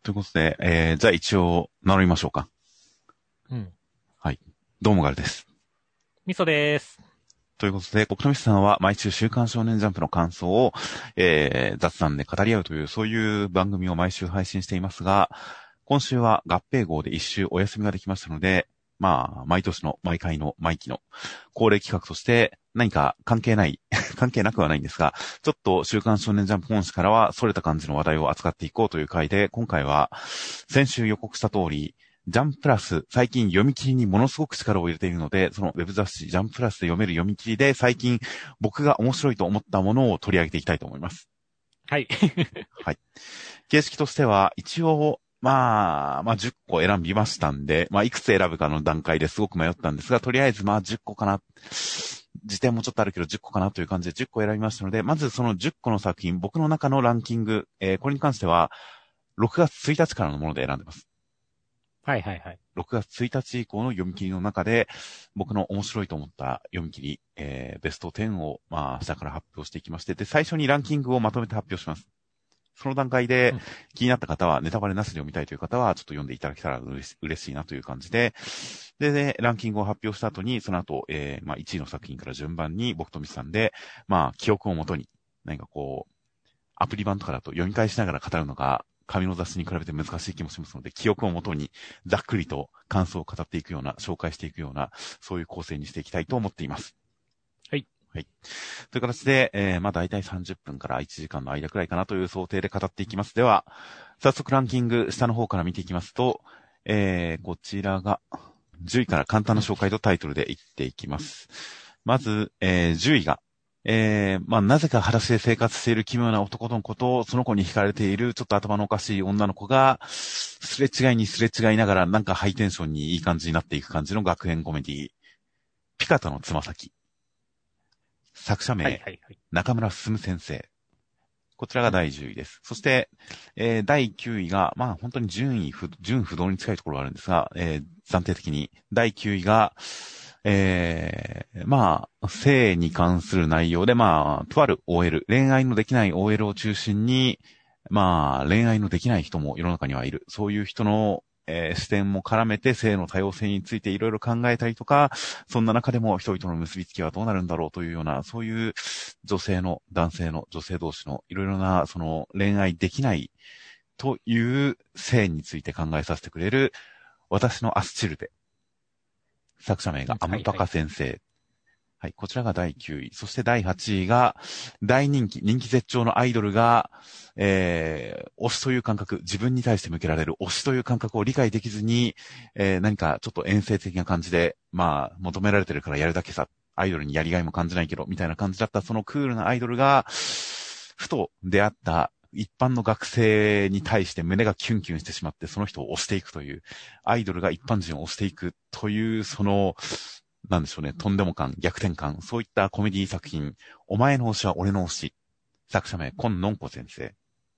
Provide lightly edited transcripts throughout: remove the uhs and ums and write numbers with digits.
ということで、じゃあ一応名乗りましょうか。 うん。 はい。どうもガルです。 みそです。 ということで、僕とミスさんは毎週週刊少年ジャンプの感想を、雑談で語り合うという、そういう番組を毎週配信していますが、今週は合併号で一週お休みができましたので、まあ、毎年の、毎回の、毎期の恒例企画として、何か関係ない、関係なくはないんですが、ちょっと週刊少年ジャンプ本誌からは逸れた感じの話題を扱っていこうという回で、今回は、先週予告した通り、ジャンプラス、最近読み切りにものすごく力を入れているので、そのウェブ雑誌、ジャンプラスで読める読み切りで、最近僕が面白いと思ったものを取り上げていきたいと思います。 はい。 はい。形式としては、一応、10個選びましたんで、いくつ選ぶかの段階ですごく迷ったんですが、とりあえず10個かな。時点もちょっとあるけど10個かなという感じで10個選びましたので、まずその10個の作品、僕の中のランキング、これに関しては、6月1日からのもので選んでます。 はいはいはい。 6月1日以降の読み切りの中で、僕の面白いと思った読み切り、ベスト10を、下から発表していきまして、で、最初にランキングをまとめて発表します。その段階で、気になった方は、ネタバレなしで読みたいという方は、ちょっと読んでいただけたら嬉しいなという感じで、で、ランキングを発表した後に、その後、1位の作品から順番に、僕とミスさんで、記憶をもとに、何かこう、アプリ版とかだと読み返しながら語るのが、紙の雑誌に比べて難しい気もしますので、記憶をもとにざっくりと感想を語っていくような、紹介していくような、そういう構成にしていきたいと思っています。 はい。 はい。という形で、大体30分から1時間の間くらいかなという想定で語っていきます。では、早速ランキング、下の方から見ていきますと、こちらが、10位から簡単な紹介とタイトルでいっていきます。まず、10位が、なぜか裸足で生活している奇妙な男の子と、その子に惹かれているちょっと頭のおかしい女の子が、すれ違いながらなんかハイテンションにいい感じになっていく感じの学園コメディ、ピカタのつま先。作者名、 はいはいはい。 中村進先生。こちらが第10位です。そして、第9位が、本当に順不動に近いところがあるんですが、暫定的に、第9位が、性に関する内容で、とある OL、恋愛のできない OL を中心に、恋愛のできない人も世の中にはいる。そういう人の、視点も絡めて性の多様性についていろいろ考えたりとか、そんな中でも人々の結びつきはどうなるんだろうというような、そういう女性の、男性の、女性同士のいろいろな、その恋愛できないという性について考えさせてくれる、私のアスチルベ。作者名がアムパカ先生。はい、こちらが第9位。そして第8位が、大人気、人気絶頂のアイドルが、推しという感覚、自分に対して向けられる推しという感覚を理解できずに、何かちょっと遠征的な感じで、求められてるからやるだけさ、アイドルにやりがいも感じないけど、みたいな感じだったそのクールなアイドルが、ふと出会った一般の学生に対して胸がキュンキュンしてしまって、その人を推していくという、アイドルが一般人を推していくという、その、なんでしょうね、とんでも感、逆転感、そういったコメディ作品、お前の推しは俺の推し。作者名、今野んこ先生。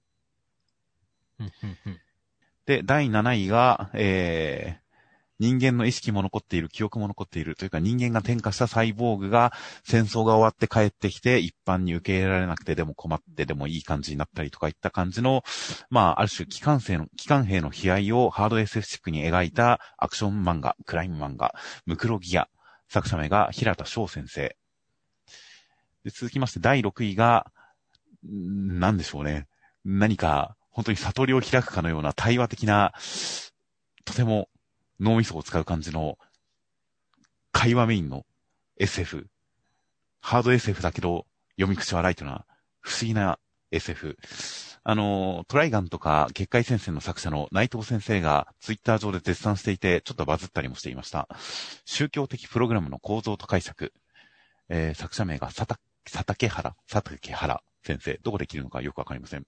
で、第7位が、人間の意識も残っている、記憶も残っているというか人間が転化したサイボーグが戦争が終わって帰ってきて一般に受け入れられなくてでも困ってでもいい感じになったりとかいった感じの、ある種機関兵の悲哀をハード SF チックに描いたアクション漫画、クライム漫画、ムクロギア。作者名が平田翔先生。で続きまして第6位が、なんでしょうね。何か本当に悟りを開くかのような対話的な、とても脳みそを使う感じの会話メインの SF。ハード SF だけど読み口はライトな不思議な SF。トライガンとか結界戦線の作者の内藤先生がツイッター上で絶賛していてちょっとバズったりもしていました。宗教的プログラムの構造と解釈。作者名が佐竹原先生。どこで切るのかよくわかりません。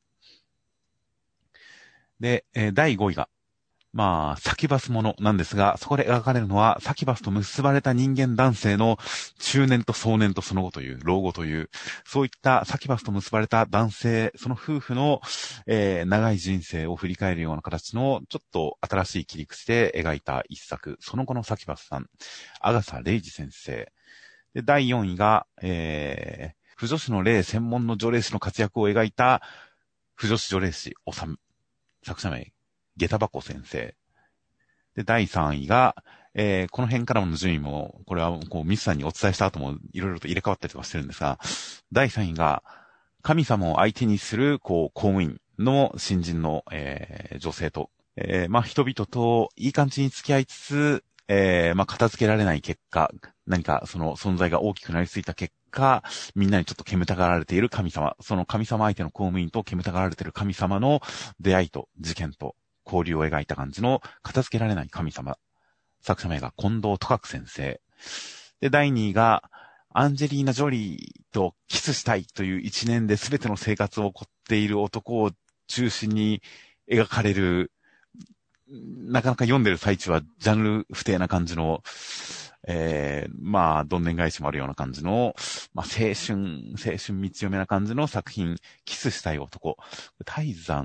で、第5位がサキュバスものなんですが、そこで描かれるのは、サキュバスと結ばれた人間男性の中年と壮年とその後という、老後という、そういったサキュバスと結ばれた男性、その夫婦の、長い人生を振り返るような形の、ちょっと新しい切り口で描いた一作、その後のサキュバスさん、阿笠玲二先生。で、第4位が、不女子の霊専門の女霊師の活躍を描いた、不女子女霊師、おさむ。作者名、 下駄箱先生。で、第3位が、この辺からの順位も、これはこうミスさんにお伝えした後もいろいろと入れ替わったりとかしてるんですが、第3位が、神様を相手にする、こう、公務員の新人の、女性と、まあ、人々といい感じに付き合いつつ、まあ、片付けられない結果、何かその存在が大きくなりすぎた結果、みんなにちょっと煙たがられている神様、その神様相手の公務員と煙たがられている神様の出会いと事件と交流を描いた感じの片付けられない神様。作者名が近藤徳先生。で、第2位が、アンジェリーナ・ジョリーとキスしたいという一年で全ての生活を送っている男を中心に描かれる、なかなか読んでる最中はジャンル不定な感じの、まあ、どんでん返しもあるような感じの、まあ、青春三つ読めな感じの作品、キスしたい男。泰山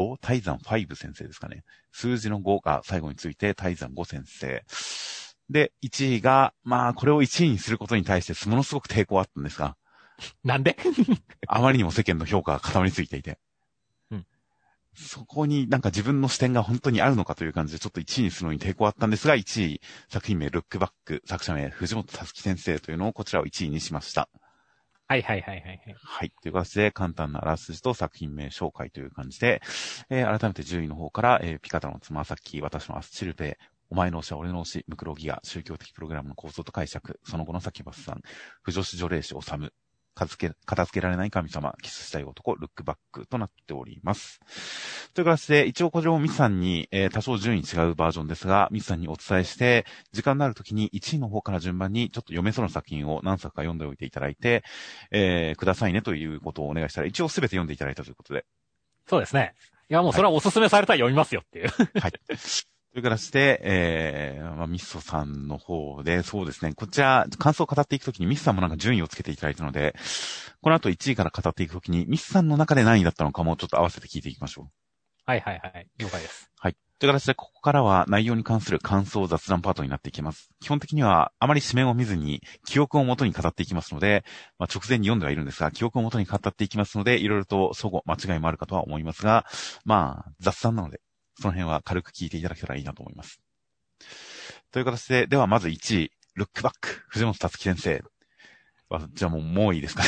5先生ですかね。数字の5が最後について、泰山5先生。で、1位が、まあ、これを1位にすることに対してものすごく抵抗あったんですが。 なんであまりにも世間の評価が固まりついていて。そこになんか自分の視点が本当にあるのかという感じでちょっと1位にするのに抵抗あったんですが、1位、作品名ルックバック、作者名藤本たつき先生というのをこちらを1位にしました。 はい。はい。 という形で簡単なあらすじと作品名紹介という感じで、改めて10位の方から、ピカタのつま先、私のアスチルペ、お前の推しは俺の推し、ムクロギア、宗教的プログラムの構造と解釈、その後の先バスさん、不女子除霊師おさむ、片付けられない神様、キスしたい男、ルックバックとなっております。という形で、一応こちらもミスさんに、多少順位違うバージョンですが、ミスさんにお伝えして、時間のある時に1位の方から順番にちょっと読めそうな作品を何作か読んでおいていただいて、くださいねということをお願いしたら、一応すべて読んでいただいたということで。 そうですね。いや、もうそれはおすすめされたら読みますよっていう。 はい。という形で、まあ、ミッソさんの方で、そうですね、こちら、感想を語っていくときにミスさんもなんか順位をつけていただいたので、この後1位から語っていくときに、ミスさんの中で何位だったのかもちょっと合わせて聞いていきましょう。 はい。了解です。 はい。という形で、ここからは内容に関する感想雑談パートになっていきます。基本的には、あまり紙面を見ずに、記憶をもとに語っていきますので、まあ、直前に読んではいるんですが、記憶をもとに語っていきますので、いろいろと齟齬、間違いもあるかとは思いますが、まあ、雑談なので、その辺は軽く聞いていただけたらいいなと思います。という形で、ではまず1位、ルックバック、藤本たつき先生。じゃあもういいですかね。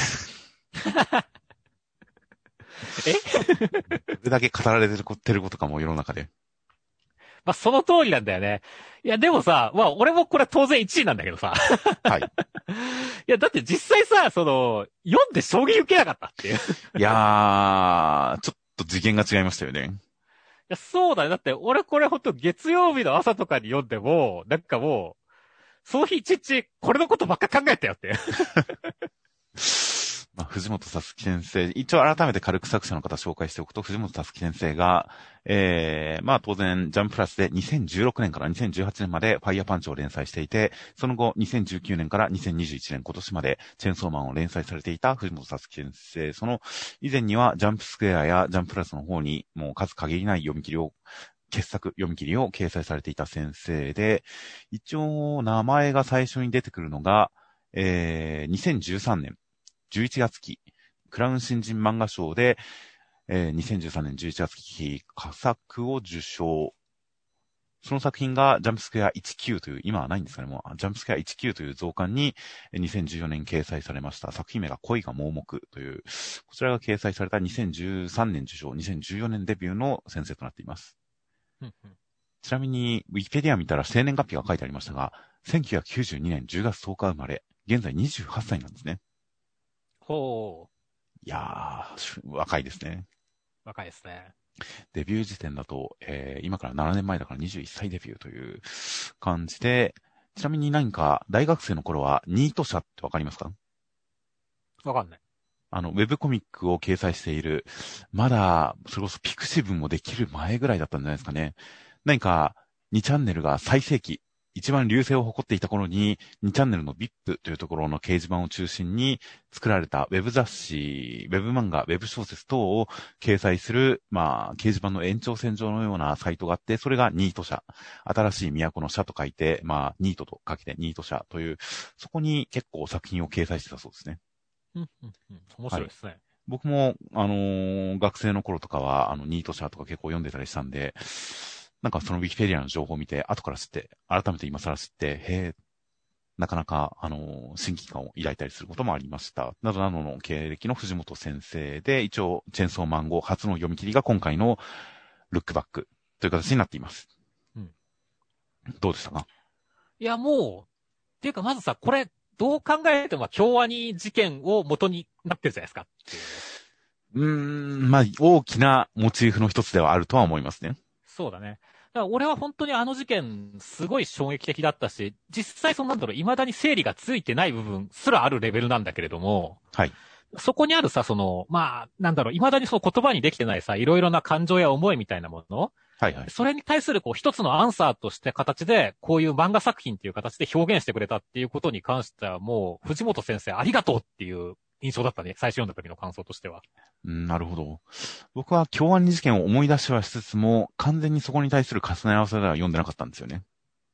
どれだけ語られてることかも世の中で。 まあ、その通りなんだよね。いや、でもさ、まあ、俺もこれ当然1位なんだけどさ。 はい。 いや、だって実際さ、読んで衝撃受けなかったっていう。 いやー、ちょっと次元が違いましたよね。 いや、そうだね。だって、俺これほんと月曜日の朝とかに読んでも、なんかもう、その日一日、これのことばっか考えたよって。 まあ、藤本たつき先生、一応改めて軽く作者の方紹介しておくと、藤本たつき先生が、まあ当然、ジャンププラスで2016年から2018年までファイヤーパンチを連載していて、その後2019年から2021年今年までチェーンソーマンを連載されていた藤本たつき先生、その以前にはジャンプスクエアやジャンププラスの方にもう数限りない傑作読み切りを掲載されていた先生で、一応名前が最初に出てくるのが、2013年11月期、クラウン新人漫画賞で、2013年11月期佳作を受賞。その作品がジャンプスクエア19という、今はないんですかね、もうジャンプスクエア19という増刊に2014年掲載されました。作品名が恋が盲目という、こちらが掲載された2013年受賞、2014年デビューの先生となっています。ちなみに、ウィキペディア見たら生年月日が書いてありましたが、1992年10月10日生まれ、現在28歳なんですね。 ほう。いやー、若いですね。 若いですね。 デビュー時点だと、今から7年前だから21歳デビューという感じで、ちなみに何か大学生の頃はニート社ってわかりますか？ わかんない。 ウェブコミックを掲載している、まだ、それこそピクシブもできる前ぐらいだったんじゃないですかね。何か、2チャンネルが最盛期、一番流星を誇っていた頃に、2チャンネルの VIP というところの掲示板を中心に作られたウェブ雑誌、ウェブ漫画、ウェブ小説等を掲載する、まあ、掲示板の延長線上のようなサイトがあって、それがニート社。新しい都の社と書いて、まあ、ニートと書けてニート社という、そこに結構作品を掲載してたそうですね。 面白いですね。はい、 僕も、学生の頃とかは、ニート社とか結構読んでたりしたんで、 なんかそのウィキペディアの情報を見て、後から知って、改めて今更知って、へえ、なかなか、親近感を抱いたりすることもありました。などなどの経歴の藤本先生で、一応、チェンソーマン号初の読み切りが今回のルックバックという形になっています。 うん。 どうでしたか？ いや、もう、っていうかまずさ、これ、どう考えても京アニ事件を元になってるじゃないですかっていう。 まあ、大きなモチーフの一つではあるとは思いますね。 そうだね。だから俺は本当にあの事件、すごい衝撃的だったし、実際そのなんだろう、未だに整理がついてない部分すらあるレベルなんだけれども、 はい。 そこにあるさ、まあ、なんだろう、未だにその言葉にできてないさ、いろいろな感情や思いみたいなもの、 はいはい。 それに対するこう一つのアンサーとして形で、こういう漫画作品っていう形で表現してくれたっていうことに関してはもう、藤本先生ありがとうっていう印象だったね。最初読んだ時の感想としては。 なるほど。僕は京アニ事件を思い出しはしつつも、完全にそこに対する重ね合わせでは読んでなかったんですよね。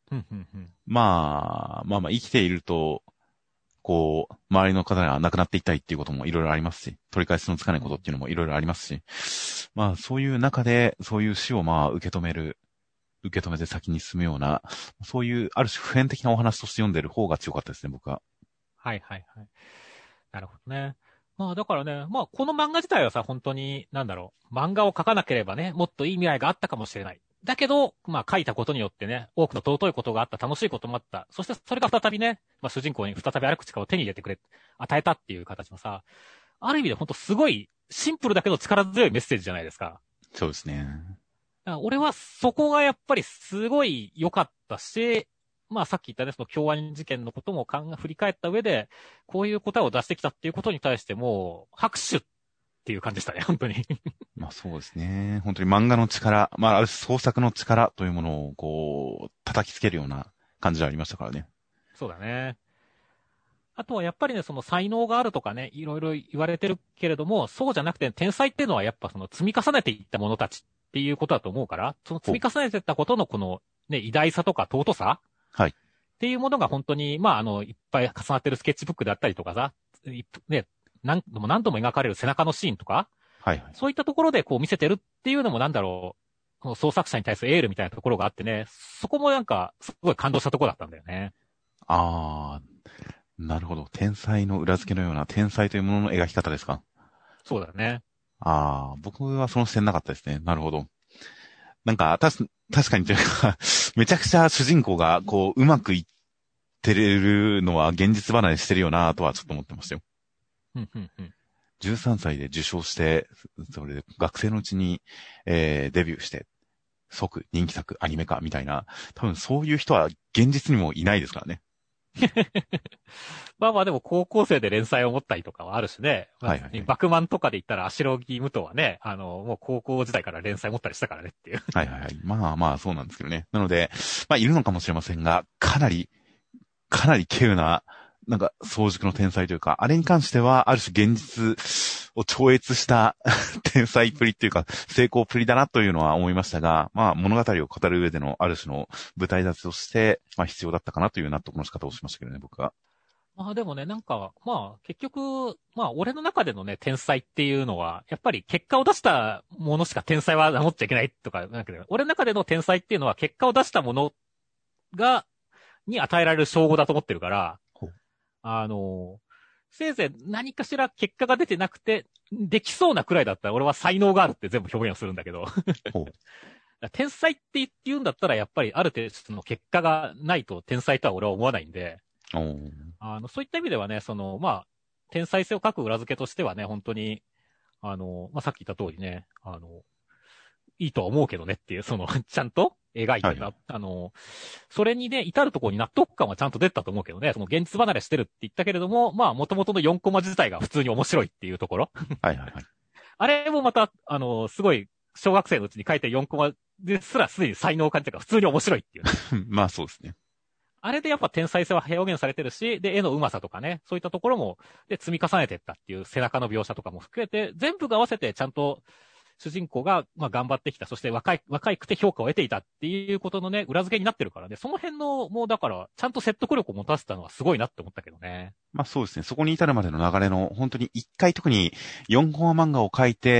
まあ、生きていると、こう、周りの方が亡くなっていったりっていうこともいろいろありますし、取り返しのつかないことっていうのもいろいろありますし、まあそういう中で、そういう死を受け止めて先に進むような、そういうある種普遍的なお話として読んでる方が強かったですね、僕は。 はいはいはい。なるほどね。まあだからね、まあこの漫画自体はさ、本当に、なんだろう、漫画を描かなければね、もっといい未来があったかもしれない。だけど、まあ書いたことによってね、多くの尊いことがあった、楽しいこともあった。そしてそれが再びね、まあ主人公に再び歩く力を手に入れてくれ、与えたっていう形のさ、ある意味で本当すごいシンプルだけど力強いメッセージじゃないですか。 そうですね。 だから俺はそこがやっぱりすごい良かったし、まあさっき言ったね、その京アニ事件のことも振り返った上で、こういう答えを出してきたっていうことに対しても、拍手っていう感じでしたね、本当に。 まあそうですね。本当に漫画の力、まあある種創作の力というものをこう、叩きつけるような感じでありましたからね。 そうだね。あとはやっぱりね、その才能があるとかね、いろいろ言われてるけれども、そうじゃなくて天才っていうのはやっぱその積み重ねていったものたちっていうことだと思うから、その積み重ねていったことのこのね、偉大さとか尊さはい。 っていうものが本当に、まあいっぱい重なってるスケッチブックだったりとかさ、ね、何度も描かれる背中のシーンとか、 はいはい。 そういったところでこう見せてるっていうのもなんだろう、この創作者に対するエールみたいなところがあってね、そこもなんか、すごい感動したところだったんだよね。 ああ、なるほど。天才の裏付けのような天才というものの描き方ですか？ そうだね。 ああ、僕はその視点なかったですね。なるほど。なんか、確かにというかめちゃくちゃ主人公が、こう、うまくいってるのは現実離れしてるよなとはちょっと思ってましたよ。13歳で受賞して、それで学生のうちに、デビューして、即人気作アニメ化みたいな、多分そういう人は現実にもいないですからね。 まあまあでも高校生で連載を持ったりとかはあるしね。 はいはいはい。 バクマンとかで言ったらアシロギムトはね、もう高校時代から連載持ったりしたからねっていう。 はいはいはい。まあまあそうなんですけどね。なので、まあいるのかもしれませんが、かなり稀有な、なんか、早熟の天才というか、あれに関しては、ある種現実を超越した天才っぷりっていうか、成功っぷりだなというのは思いましたが、まあ、物語を語る上でのある種の舞台立ちとして、まあ、必要だったかなという納得の仕方をしましたけどね、僕は。 まあでもね、なんか、まあ結局、まあ俺の中でのね、天才っていうのは、やっぱり結果を出したものしか天才は名乗っちゃいけないとか、なんかね、俺の中での天才っていうのは結果を出したものに与えられる称号だと思ってるから、あの、せいぜい何かしら結果が出てなくて、できそうなくらいだったら俺は才能があるって全部表現をするんだけど天才って言うんだったらやっぱりある程度の結果がないと天才とは俺は思わないんで、そういった意味ではね、まあ、天才性を書く裏付けとしてはね、本当に、まあ、さっき言った通りね、いいとは思うけどねっていう、ちゃんと描いてるな、 はいそれにね、至るところに納得感はちゃんと出たと思うけどね、その現実離れしてるって言ったけれども、まあ、元々の4コマ自体が普通に面白いっていうところ。 はいはいはい。 あれもまた、すごい、小学生のうちに書いて4コマですらすでに才能を感じたから普通に面白いっていう、ね。 まあそうですね。 あれでやっぱ天才性は表現されてるし、で、絵の上手さとかね、そういったところも、で、積み重ねていったっていう背中の描写とかも含めて、全部が合わせてちゃんと主人公が、まあ、頑張ってきた、そして若くて評価を得ていたっていうことのね、裏付けになってるからね、その辺の、もうだから、ちゃんと説得力を持たせたのはすごいなって思ったけどね。 まあそうですね。そこに至るまでの流れの、本当に一回特に4コマ漫画を書いて、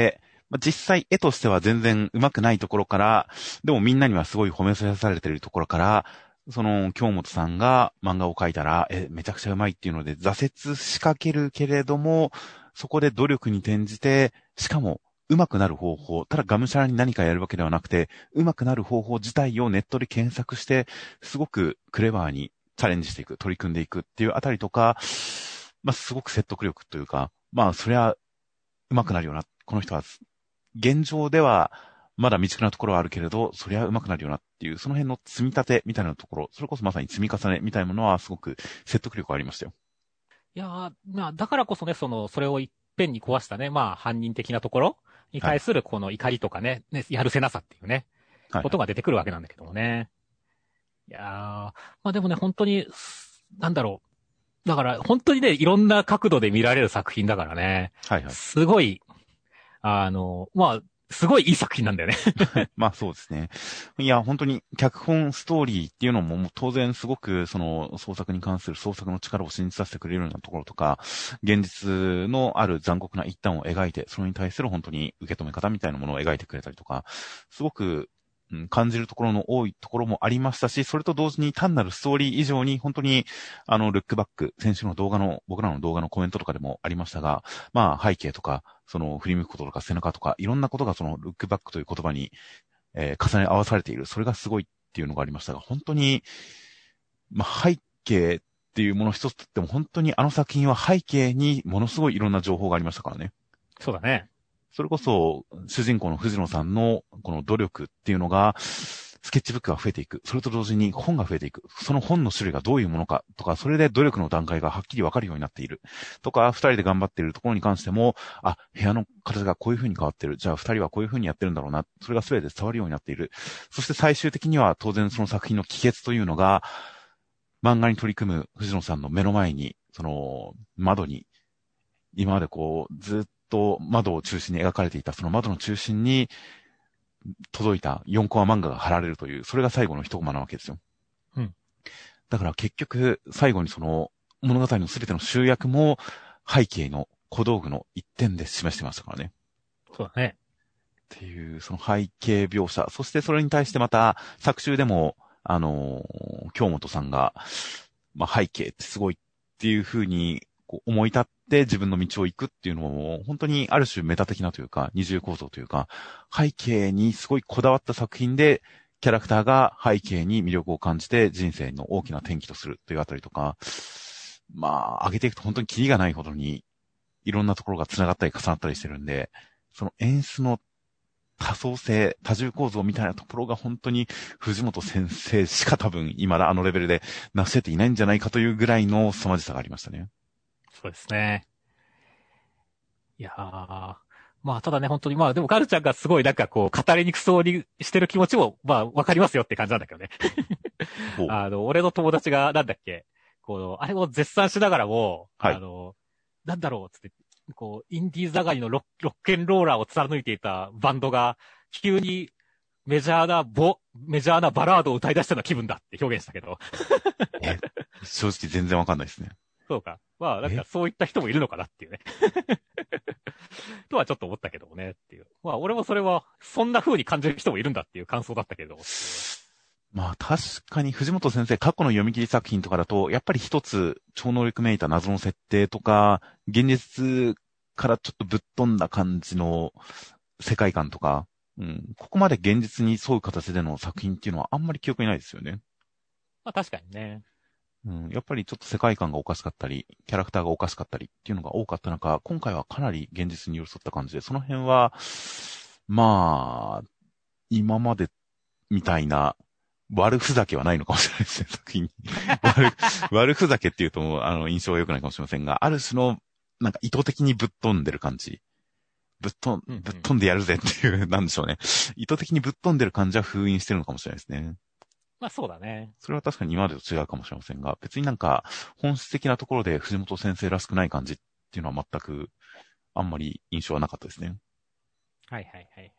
まあ、実際絵としては全然上手くないところから、でもみんなにはすごい褒めされてるところから、その、京本さんが漫画を描いたら、めちゃくちゃ上手いっていうので挫折しかけるけれども、そこで努力に転じて、しかも上手くなる方法、ただがむしゃらに何かやるわけではなくて、上手くなる方法自体をネットで検索して、すごくクレバーにチャレンジしていく、取り組んでいくっていうあたりとか、まあ、すごく説得力というか、まあ、そりゃ、上手くなるよな。この人は、現状では、まだ未熟なところはあるけれど、そりゃ上手くなるよなっていう、その辺の積み立てみたいなところ、それこそまさに積み重ねみたいなものはすごく説得力がありましたよ。 いやー、まあ、だからこそね、それをいっぺんに壊したね、まあ、犯人的なところにはい。 対するこの怒りとかね、やるせなさっていうね、 はい、はい。 ことが出てくるわけなんだけどもね。いやー、まあでもね、本当に、なんだろう。だから、本当にね、いろんな角度で見られる作品だからね。 はい、はい。 すごい、まあ、すごいいい作品なんだよね。 まあそうですね。いや、本当に脚本、ストーリーっていうのももう当然すごくその創作に関する創作の力を信じさせてくれるようなところとか、現実のある残酷な一端を描いて、それに対する本当に受け止め方みたいなものを描いてくれたりとか、すごく感じるところの多いところもありましたし、それと同時に単なるストーリー以上に本当にルックバック、先週の僕らの動画のコメントとかでもありましたが、まあ背景とか、その振り向くこととか背中とか、いろんなことがそのルックバックという言葉に、重ね合わされている。それがすごいっていうのがありましたが、本当に、まあ背景っていうもの一つとっても本当にあの作品は背景にものすごいいろんな情報がありましたからね。 そうだね。 それこそ、主人公の藤野さんのこの努力っていうのが、スケッチブックが増えていく。それと同時に本が増えていく。その本の種類がどういうものかとか、それで努力の段階がはっきりわかるようになっている。とか、二人で頑張っているところに関しても、あ、部屋の形がこういう風に変わってる。じゃあ二人はこういう風にやってるんだろうな。それが全て伝わるようになっている。そして最終的には当然その作品の帰結というのが、漫画に取り組む藤野さんの目の前に、その窓に、今までこう、ずっと窓を中心に描かれていた、その窓の中心に届いた4コマ漫画が貼られるという、それが最後の一コマなわけですよ。 うん。 だから結局、最後にその物語のすべての集約も背景の小道具の一点で示してましたからね。 そうだね。 っていう、その背景描写、そしてそれに対してまた作中でも、京本さんが、まあ、背景ってすごいっていう風にこう思い立って自分の道を行くっていうのも、本当にある種メタ的なというか、二重構造というか、背景にすごいこだわった作品で、キャラクターが背景に魅力を感じて人生の大きな転機とするというあたりとか、まあ、上げていくと本当にキリがないほどに、いろんなところが繋がったり重なったりしてるんで、その演出の多層性、多重構造みたいなところが本当に藤本先生しか多分今だあのレベルで成せていないんじゃないかというぐらいの凄まじさがありましたね。 そうですね。いやー。まあ、ただね、本当に、まあ、でも、ガルちゃんがすごいなんかこう、語りにくそうにしてる気持ちも、まあ、わかりますよって感じなんだけどね。 ほう。 俺の友達が、なんだっけ、あれを絶賛しながらも、 はい。 なんだろう、つって、インディーズ上がりのロッケンローラーを貫いていたバンドが、急にメジャーなバラードを歌い出したような気分だって表現したけど。 え、正直全然わかんないですね。 そうか。まあ、なんかえそういった人もいるのかなっていうね。とはちょっと思ったけどもねっていう。まあ、俺もそれは、そんな風に感じる人もいるんだっていう感想だったけど。 まあ確かに藤本先生過去の読み切り作品とかだと、やっぱり一つ超能力めいた謎の設定とか、現実からちょっとぶっ飛んだ感じの世界観とか、ここまで現実に沿う形での作品っていうのはあんまり記憶にないですよね。 まあ確かにね。 やっぱりちょっと世界観がおかしかったり、キャラクターがおかしかったりっていうのが多かった中、今回はかなり現実に寄り添った感じで、その辺は、まあ、今までみたいな悪ふざけはないのかもしれないですね、作品に。悪ふざけっていうと、印象が良くないかもしれませんが、ある種の、なんか意図的にぶっ飛んでる感じ。ぶっ飛んでやるぜっていう、なんでしょうね。意図的にぶっ飛んでる感じは封印してるのかもしれないですね。 まあそうだね。 それは確かに今までと違うかもしれませんが、別になんか本質的なところで藤本先生らしくない感じっていうのは全くあんまり印象はなかったですね。 はいはいはい。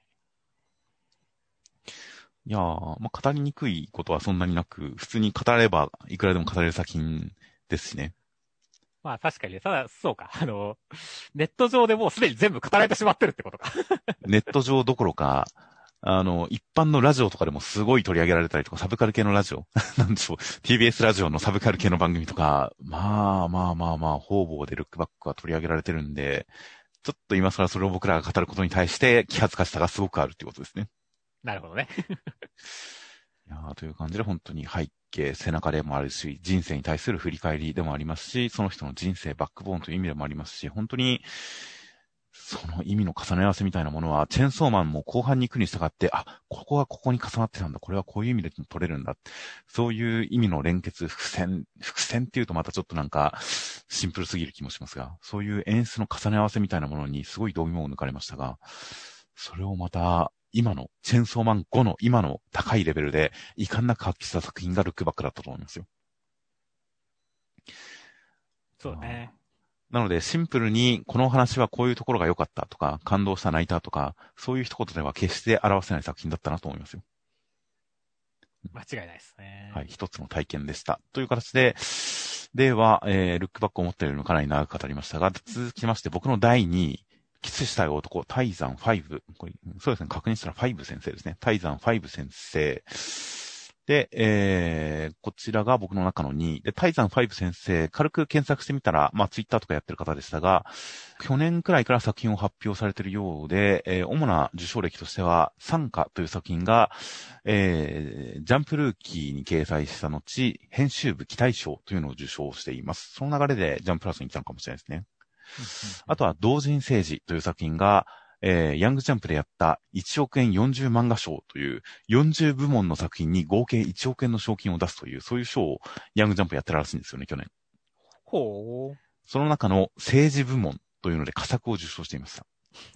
いやー、まあ、語りにくいことはそんなになく、普通に語ればいくらでも語れる作品ですしね。 まあ確かにね、ただ、そうか。ネット上でもうすでに全部語られてしまってるってことか。 ネット上どころか、一般のラジオとかでもすごい取り上げられたりとか、サブカル系のラジオなんでしょう、TBS ラジオのサブカル系の番組とか、方々でルックバックは取り上げられてるんで、ちょっと今更それを僕らが語ることに対して気恥ずかしさがすごくあるっていうことですね。 なるほどね。 いやーという感じで本当に背景、背中でもあるし、人生に対する振り返りでもありますし、その人の人生、バックボーンという意味でもありますし、本当に、その意味の重ね合わせみたいなものは、チェンソーマンも後半に行くに従って、あ、ここがここに重なってたんだ、これはこういう意味で取れるんだ。そういう意味の連結、伏線っていうとまたちょっとなんか、シンプルすぎる気もしますが、そういう演出の重ね合わせみたいなものにすごい度肝を抜かれましたが、それをまた、今の、チェンソーマン5の今の高いレベルで、遺憾なく発揮した作品がルックバックだったと思いますよ。 そうね。 なので、シンプルに、このお話はこういうところが良かったとか、感動した泣いたとか、そういう一言では決して表せない作品だったなと思いますよ。 間違いないですね。 はい、一つの体験でした。という形で、では、ルックバックを持っているのかなり長く語りましたが、続きまして僕の第2位、キスしたい男、タイザン5。これ、そうですね、確認したら5先生ですね。タイザン5先生。で、こちらが僕の中の2位。で、タイザン5先生、軽く検索してみたら、まあ、ツイッターとかやってる方でしたが、去年くらいから作品を発表されているようで、主な受賞歴としては、参加という作品が、ジャンプルーキーに掲載した後、編集部期待賞というのを受賞しています。その流れでジャンププラスに来たのかもしれないですね。あとは、同人政治という作品が、ヤングジャンプでやった1億円40漫画賞という40部門の作品に合計1億円の賞金を出すという、そういう賞をヤングジャンプやってるらしいんですよね、去年。 ほう。 その中の政治部門というので佳作を受賞していました。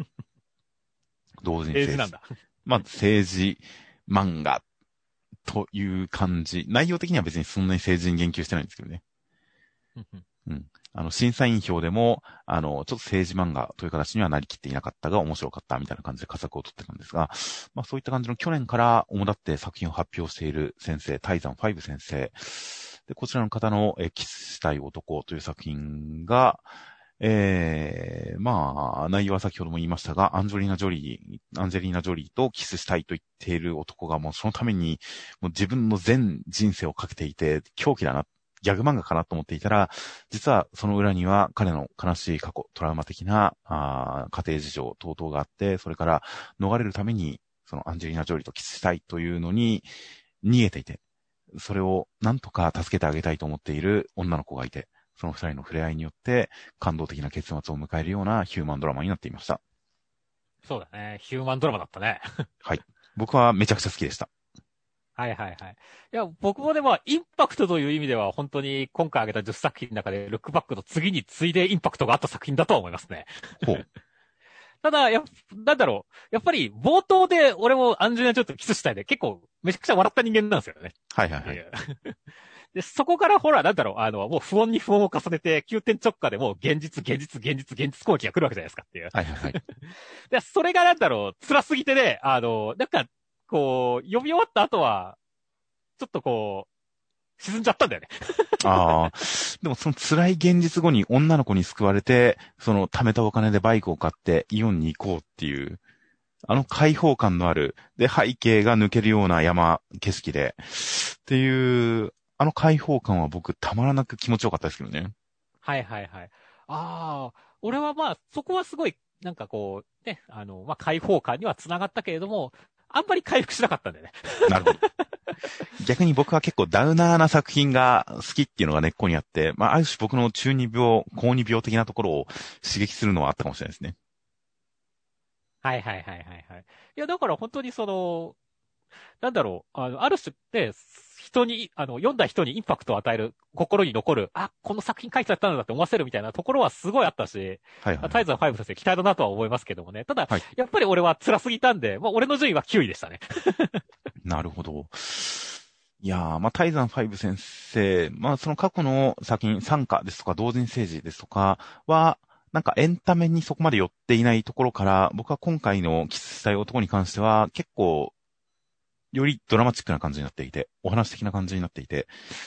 同人政治。 なんだ。 まあ、政治漫画という感じ。内容的には別にそんなに政治に言及してないんですけどね。うん。審査員票でも、ちょっと政治漫画という形にはなりきっていなかったが面白かったみたいな感じで佳作を取ってたんですが、まあそういった感じの去年から主だって作品を発表している先生、タイザン5先生。で、こちらの方の、キスしたい男という作品が、まあ、内容は先ほども言いましたが、アンジェリーナ・ジョリーとキスしたいと言っている男がもうそのために、もう自分の全人生をかけていて、狂気だな、ギャグ漫画かなと思っていたら、実はその裏には彼の悲しい過去、トラウマ的な家庭事情等々があって、それから逃れるために、そのアンジェリーナ・ジョリーとキスしたいというのに逃げていて、それをなんとか助けてあげたいと思っている女の子がいて、その二人の触れ合いによって感動的な結末を迎えるようなヒューマンドラマになっていました。 そうだね。ヒューマンドラマだったね。 はい。僕はめちゃくちゃ好きでした。 はいはいはい。いや、僕もでも、インパクトという意味では、本当に今回挙げた10作品の中で、ルックバックの次に次いでインパクトがあった作品だとは思いますね。 ほう。 ただ、なんだろう。やっぱり、冒頭で俺もアンジェリーナちょっとキスしたいで、結構、めちゃくちゃ笑った人間なんですよね。 はいはいはい。 で、そこからほら、なんだろう、もう不穏に不穏を重ねて、急転直下でもう現実攻撃が来るわけじゃないですかっていう。 はいはいはい。 で、それがなんだろう、辛すぎてね、なんか、こう、読み終わった後は、ちょっとこう、沈んじゃったんだよね。 ああ。でもその辛い現実後に女の子に救われて、その貯めたお金でバイクを買ってイオンに行こうっていう、開放感のある、で、背景が抜けるような山、景色で、っていう、開放感は僕たまらなく気持ちよかったですけどね。 はいはいはい。ああ、俺はまあ、そこはすごい、なんかこう、ね、まあ、開放感には繋がったけれども、あんまり回復しなかったんだよね。 なるほど。逆に僕は結構ダウナーな作品が好きっていうのが根っこにあって、まあ、ある種僕の中二病、高二病的なところを刺激するのはあったかもしれないですね。 はいはいはいはいはい。いや、だから本当にその、なんだろう、ある種って人に、読んだ人にインパクトを与える、心に残る、あ、この作品書いてあったんだって思わせるみたいなところはすごいあったし、 はいはい。 タイザー5先生期待だなとは思いますけどもね。ただ、 はい。 やっぱり俺は辛すぎたんで、まあ俺の順位は9位でしたね。 なるほど。いやー、まあ、タイザン5先生、まあ、その過去の作品、参加ですとか、同人政治ですとかは、なんかエンタメにそこまで寄っていないところから、僕は今回のキスしたい男に関しては、結構、よりドラマチックな感じになっていて、お話的な感じになっていて、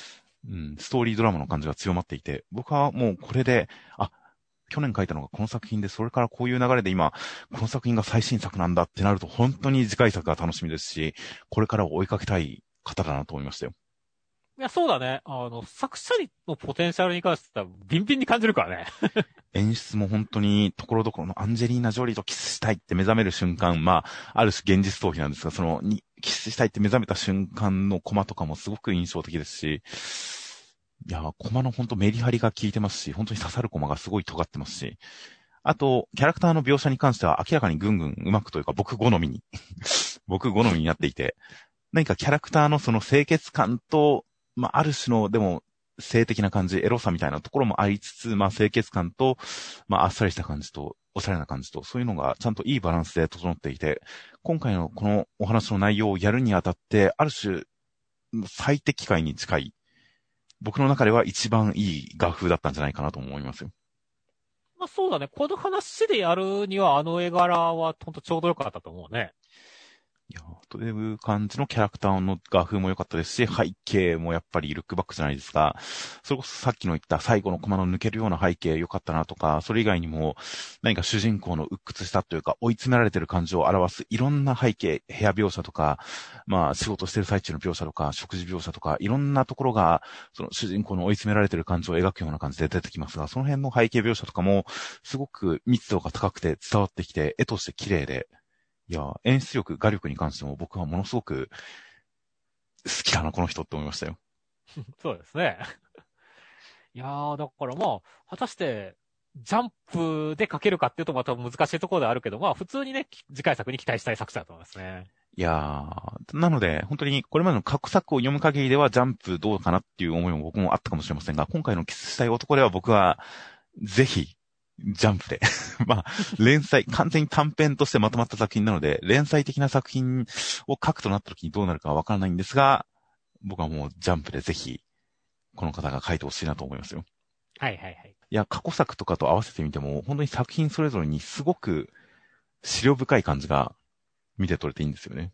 ストーリードラマの感じが強まっていて、僕はもうこれで、去年書いたのがこの作品で、それからこういう流れで今、この作品が最新作なんだってなると、本当に次回作が楽しみですし、これから追いかけたい方だなと思いましたよ。 いや、そうだね。作者のポテンシャルに関しては、ビンビンに感じるからね。 演出も本当に、ところどころのアンジェリーナ・ジョリーとキスしたいって目覚める瞬間、ある種現実逃避なんですが、キスしたいって目覚めた瞬間のコマとかもすごく印象的ですし、いや、コマの本当メリハリが効いてますし、本当に刺さるコマがすごい尖ってますし、あと、キャラクターの描写に関しては明らかにぐんぐん上手くというか、僕好みになっていて、何かキャラクターのその清潔感と、ある種の、でも、性的な感じ、エロさみたいなところもありつつ、清潔感と、あっさりした感じと、おしゃれな感じと、そういうのがちゃんといいバランスで整っていて、今回のこのお話の内容をやるにあたって、ある種、最適解に近い、僕の中では一番いい画風だったんじゃないかなと思いますよ。 そうだね。この話でやるには、あの絵柄はほんとちょうどよかったと思うね。 いや、という感じのキャラクターの画風も良かったですし、背景もやっぱりルックバックじゃないですか。それこそさっきの言った最後のコマの抜けるような背景良かったなとか、それ以外にも何か主人公の鬱屈したというか追い詰められてる感情を表すいろんな背景、部屋描写とか、仕事してる最中の描写とか、食事描写とか、いろんなところが、その主人公の追い詰められてる感情を描くような感じで出てきますが、その辺の背景描写とかもすごく密度が高くて伝わってきて、絵として綺麗で、いや、演出力、画力に関しても僕はものすごく好きだな、この人って思いましたよ。 そうですね。いやー、だから果たして、ジャンプで描けるかっていうとまた難しいところであるけど、普通にね、次回作に期待したい作者だと思いますね。 いやー、なので、本当にこれまでの過去作を読む限りではジャンプどうかなっていう思いも僕もあったかもしれませんが、今回のキスしたい男では僕は、ぜひ、ジャンプで。連載、完全に短編としてまとまった作品なので、連載的な作品を書くとなった時にどうなるかはわからないんですが、僕はもうジャンプでぜひ、この方が書いてほしいなと思いますよ。 はいはいはい。 いや、過去作とかと合わせてみても、本当に作品それぞれにすごく資料深い感じが見て取れていいんですよね。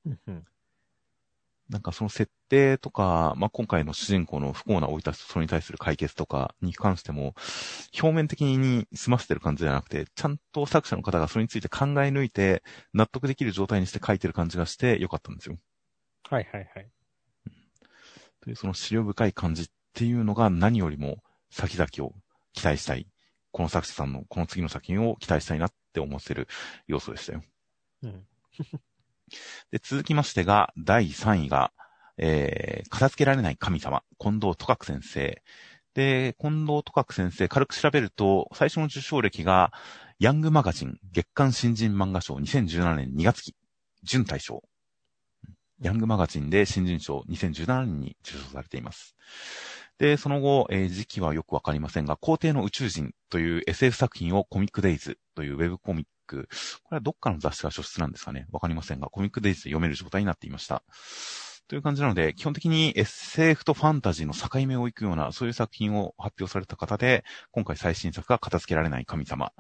なんかその設定とか、今回の主人公の不幸な生い立ちとそれに対する解決とかに関しても、表面的に済ませてる感じじゃなくて、ちゃんと作者の方がそれについて考え抜いて、納得できる状態にして書いてる感じがしてよかったんですよ。 はいはいはい。 というその資料深い感じっていうのが何よりも先々を期待したい。この作者さんのこの次の作品を期待したいなって思わせる要素でしたよ。で、続きましてが、第3位が、片付けられない神様、近藤徳角先生。で、近藤徳角先生、軽く調べると、最初の受賞歴が、ヤングマガジン月刊新人漫画賞2017年2月期、準大賞。ヤングマガジンで新人賞2017年に受賞されています。で、その後、時期はよくわかりませんが、皇帝の宇宙人という SF 作品をコミックデイズというウェブコミック、これはどっかの雑誌が書出なんですかね、わかりませんが、コミックデイズで読める状態になっていました。という感じなので、基本的に SF とファンタジーの境目を行くような、そういう作品を発表された方で、今回最新作が片付けられない神様。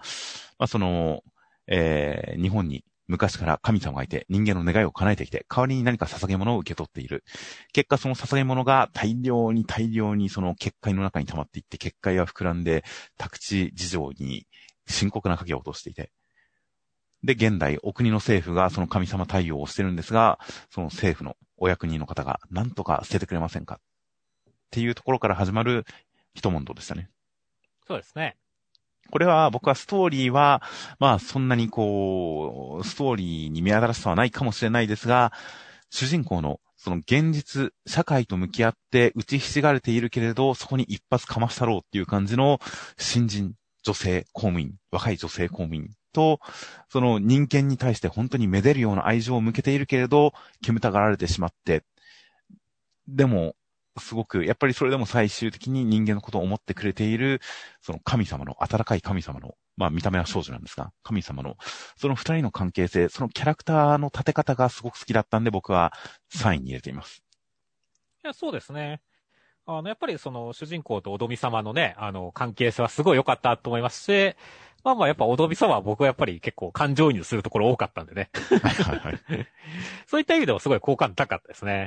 日本に昔から神様がいて人間の願いを叶えてきて、代わりに何か捧げ物を受け取っている。結果その捧げ物が大量にその結界の中に溜まっていって、結界が膨らんで、宅地事情に深刻な影を落としていて。で、現代、お国の政府がその神様対応をしてるんですが、その政府のお役人の方が何とか捨ててくれませんかっていうところから始まる一問答でしたね。 そうですね。 これは僕はストーリーは、そんなにストーリーに見当たらしさはないかもしれないですが、主人公のその現実、社会と向き合って打ちひしがれているけれど、そこに一発かましたろうっていう感じの新人、女性公務員、若い女性公務員と、その人間に対して本当にめでるような愛情を向けているけれど、煙たがられてしまって、でも、すごく、やっぱりそれでも最終的に人間のことを思ってくれている、その神様の、温かい神様の、見た目は少女なんですが、神様の、その二人の関係性、そのキャラクターの立て方がすごく好きだったんで、僕は3位に入れています。 いや、そうですね。やっぱりその主人公とおどみ様のね、関係性はすごい良かったと思いますし、やっぱおどみ様は僕はやっぱり結構感情移入するところ多かったんでね。 はいはいはい。 そういった意味でもすごい好感度高かったですね。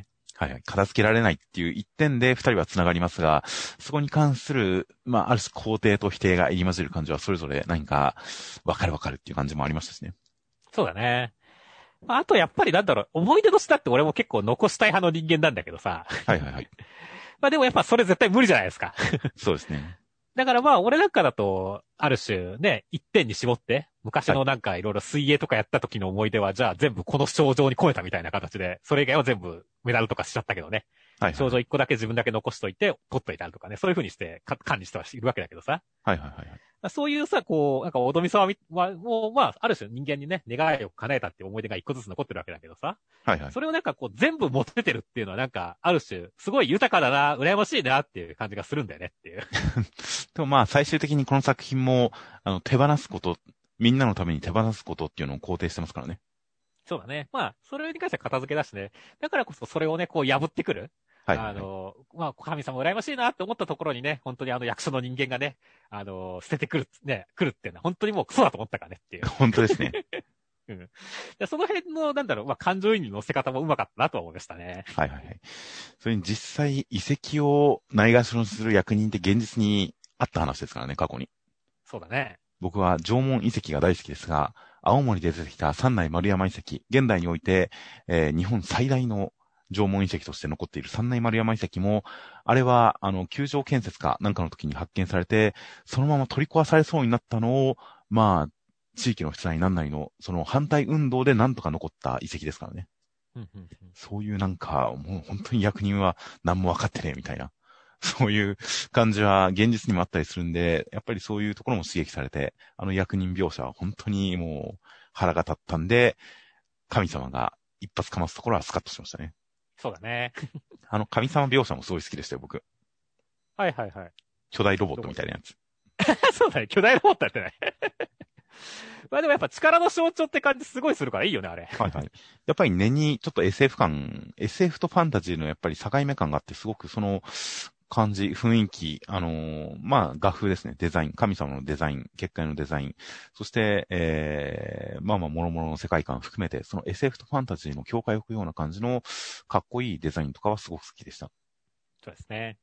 はいはい。片付けられないっていう一点で二人は繋がりますが、そこに関する、まあ、ある種肯定と否定が入り混じる感じはそれぞれ何か、わかるっていう感じもありましたしね。 そうだね。あとやっぱりなんだろう、思い出としてだって俺も結構残したい派の人間なんだけどさ。 はいはいはい。 まあでもやっぱそれ絶対無理じゃないですか。 そうですね。 だからまあ俺なんかだと、ある種ね、一点に絞って、昔はい。 のなんかいろいろ水泳とかやった時の思い出は、じゃあ全部この賞状に込めたみたいな形で、それ以外は全部メダルとかしちゃったけどね。 はいはいはい。 賞状一個だけ自分だけ残しといて、取っといたりとかね。そういう風にして管理してはいるわけだけどさ。 はいはいはいはい。 そういうさ、こう、なんか、おどみさは、もう、まあ、ある種人間にね、願いを叶えたっていう思い出が一個ずつ残ってるわけだけどさ。 はいはい。 それをなんかこう、全部持っててるっていうのはなんか、ある種、すごい豊かだな、羨ましいなっていう感じがするんだよねっていう。 でもまあ、最終的にこの作品も、手放すこと、みんなのために手放すことっていうのを肯定してますからね。 そうだね。まあ、それに関しては片付けだしね。だからこそそれをね、こう破ってくる。 はいはいはい。 まあ、神様羨ましいなって思ったところにね、本当に役所の人間がね、捨ててくる、ね、来るっていうのは本当にもうクソだと思ったからねっていう。 本当ですね。 うん。でその辺の、なんだろう、まあ、感情移入の乗せ方もうまかったなとは思いましたね。 はいはいはい。それに実際、遺跡をないがしろにする役人って現実にあった話ですからね、過去に。 そうだね。 僕は縄文遺跡が大好きですが、青森で出てきた三内丸山遺跡、現代において、日本最大の縄文遺跡として残っている三内丸山遺跡も、あれは、球場建設かなんかの時に発見されて、そのまま取り壊されそうになったのを、まあ、地域の人なんなりの、その反対運動でなんとか残った遺跡ですからね。 うんうんうん。 そういうなんか、もう本当に役人は何も分かってねえみたいな。そういう感じは現実にもあったりするんで、やっぱりそういうところも刺激されて、役人描写は本当にもう腹が立ったんで、神様が一発かますところはスカッとしましたね。 そうだね。 神様描写もすごい好きでしたよ、僕。 はいはいはい。 巨大ロボッどこでトみたいなやつ。 そうだね。巨大ロボットやってない。まあでもやっぱ力の象徴って感じすごいするからいいよね、あれ。 はいはい。やっぱり根にちょっと SF 感、SF とファンタジーのやっぱり境目感があって、すごくその感じ、雰囲気、まあ画風ですね、デザイン、神様のデザイン、結界のデザイン、そして、まあまあ諸々の世界観含めて、その SF とファンタジーの境界を置くような感じのかっこいいデザインとかはすごく好きでした。 そうですね。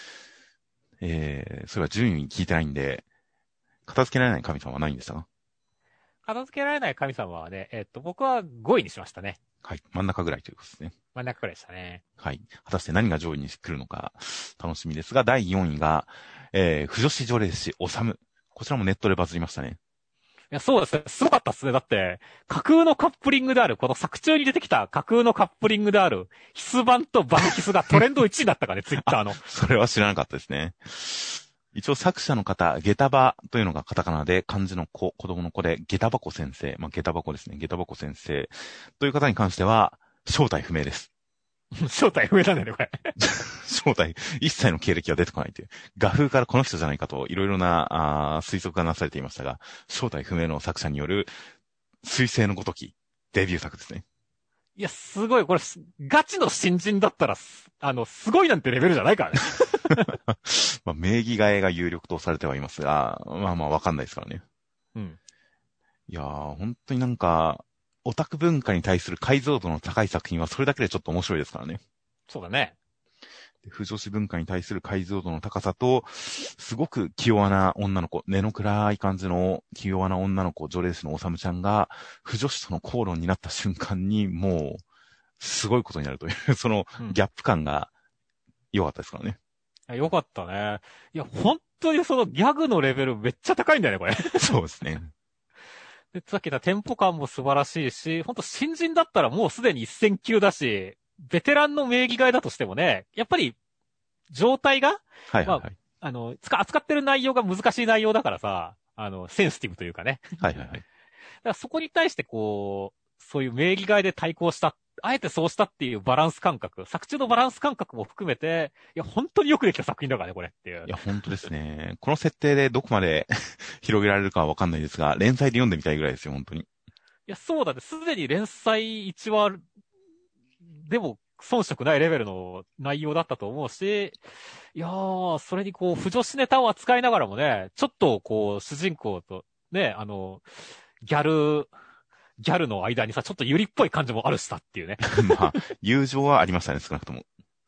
それは順位聞いてないんで、片付けられない神様はないんでしたか？ 片付けられない神様はね、僕は5位にしましたね。 はい。真ん中ぐらいということですね。 真ん中くらいでしたね。 はい。果たして何が上位に来るのか楽しみですが、第4位が、不女子除霊師、おさむ。こちらもネットでバズりましたね。 いや、そうですね。すごかったっすね。だって、架空のカップリングである、この作中に出てきた架空のカップリングである、ヒス版とバンキスがトレンド1位だったからね、ツイッターの。 それは知らなかったですね。一応作者の方、下駄場というのがカタカナで、漢字の子、子供の子で、下駄箱先生、まあ、下駄箱ですね。下駄箱先生という方に関しては、正体不明です。 正体不明なんだよね、これ。 正体、一切の経歴は出てこないという。画風からこの人じゃないかと、いろいろな推測がなされていましたが、正体不明の作者による、彗星のごとき、デビュー作ですね。 いや、すごい、これ、ガチの新人だったら、すごいなんてレベルじゃないからね。 まあ、名義替えが有力とされてはいますが、まあまあわかんないですからね。 うん。 いやー、本当になんか、オタク文化に対する解像度の高い作品はそれだけでちょっと面白いですからね。 そうだね。 不女子文化に対する解像度の高さと、すごく器用な女の子、根の暗い感じの器用な女の子、女霊師のおさむちゃんが、不女子との口論になった瞬間に、もう、すごいことになるという、そのうん。 ギャップ感が良かったですからね。 いやよかったね。いや、本当にそのギャグのレベルめっちゃ高いんだよね、これ。 そうですね。 で、さっき言ったテンポ感も素晴らしいし、本当新人だったらもうすでに一戦級だし、ベテランの名義替えだとしてもね、やっぱり、状態が、まはいはいはい。 扱ってる内容が難しい内容だからさ、センシティブというかね。 はいはいはい。 だからそこに対してこう、そういう名義替えで対抗した、あえてそうしたっていうバランス感覚、作中のバランス感覚も含めて、いや、本当によくできた作品だからね、これっていう。 いや、本当ですね。この設定でどこまで広げられるかはわかんないですが、連載で読んでみたいぐらいですよ、本当に。 いや、そうだね。すでに連載1話でも遜色ないレベルの内容だったと思うし、いやー、それにこう、不女子ネタを扱いながらもね、ちょっとこう、主人公と、ね、ギャル、ギャルの間にさ、ちょっとユリっぽい感じもあるしさっていうね。 まあ、友情はありましたね、少なくとも。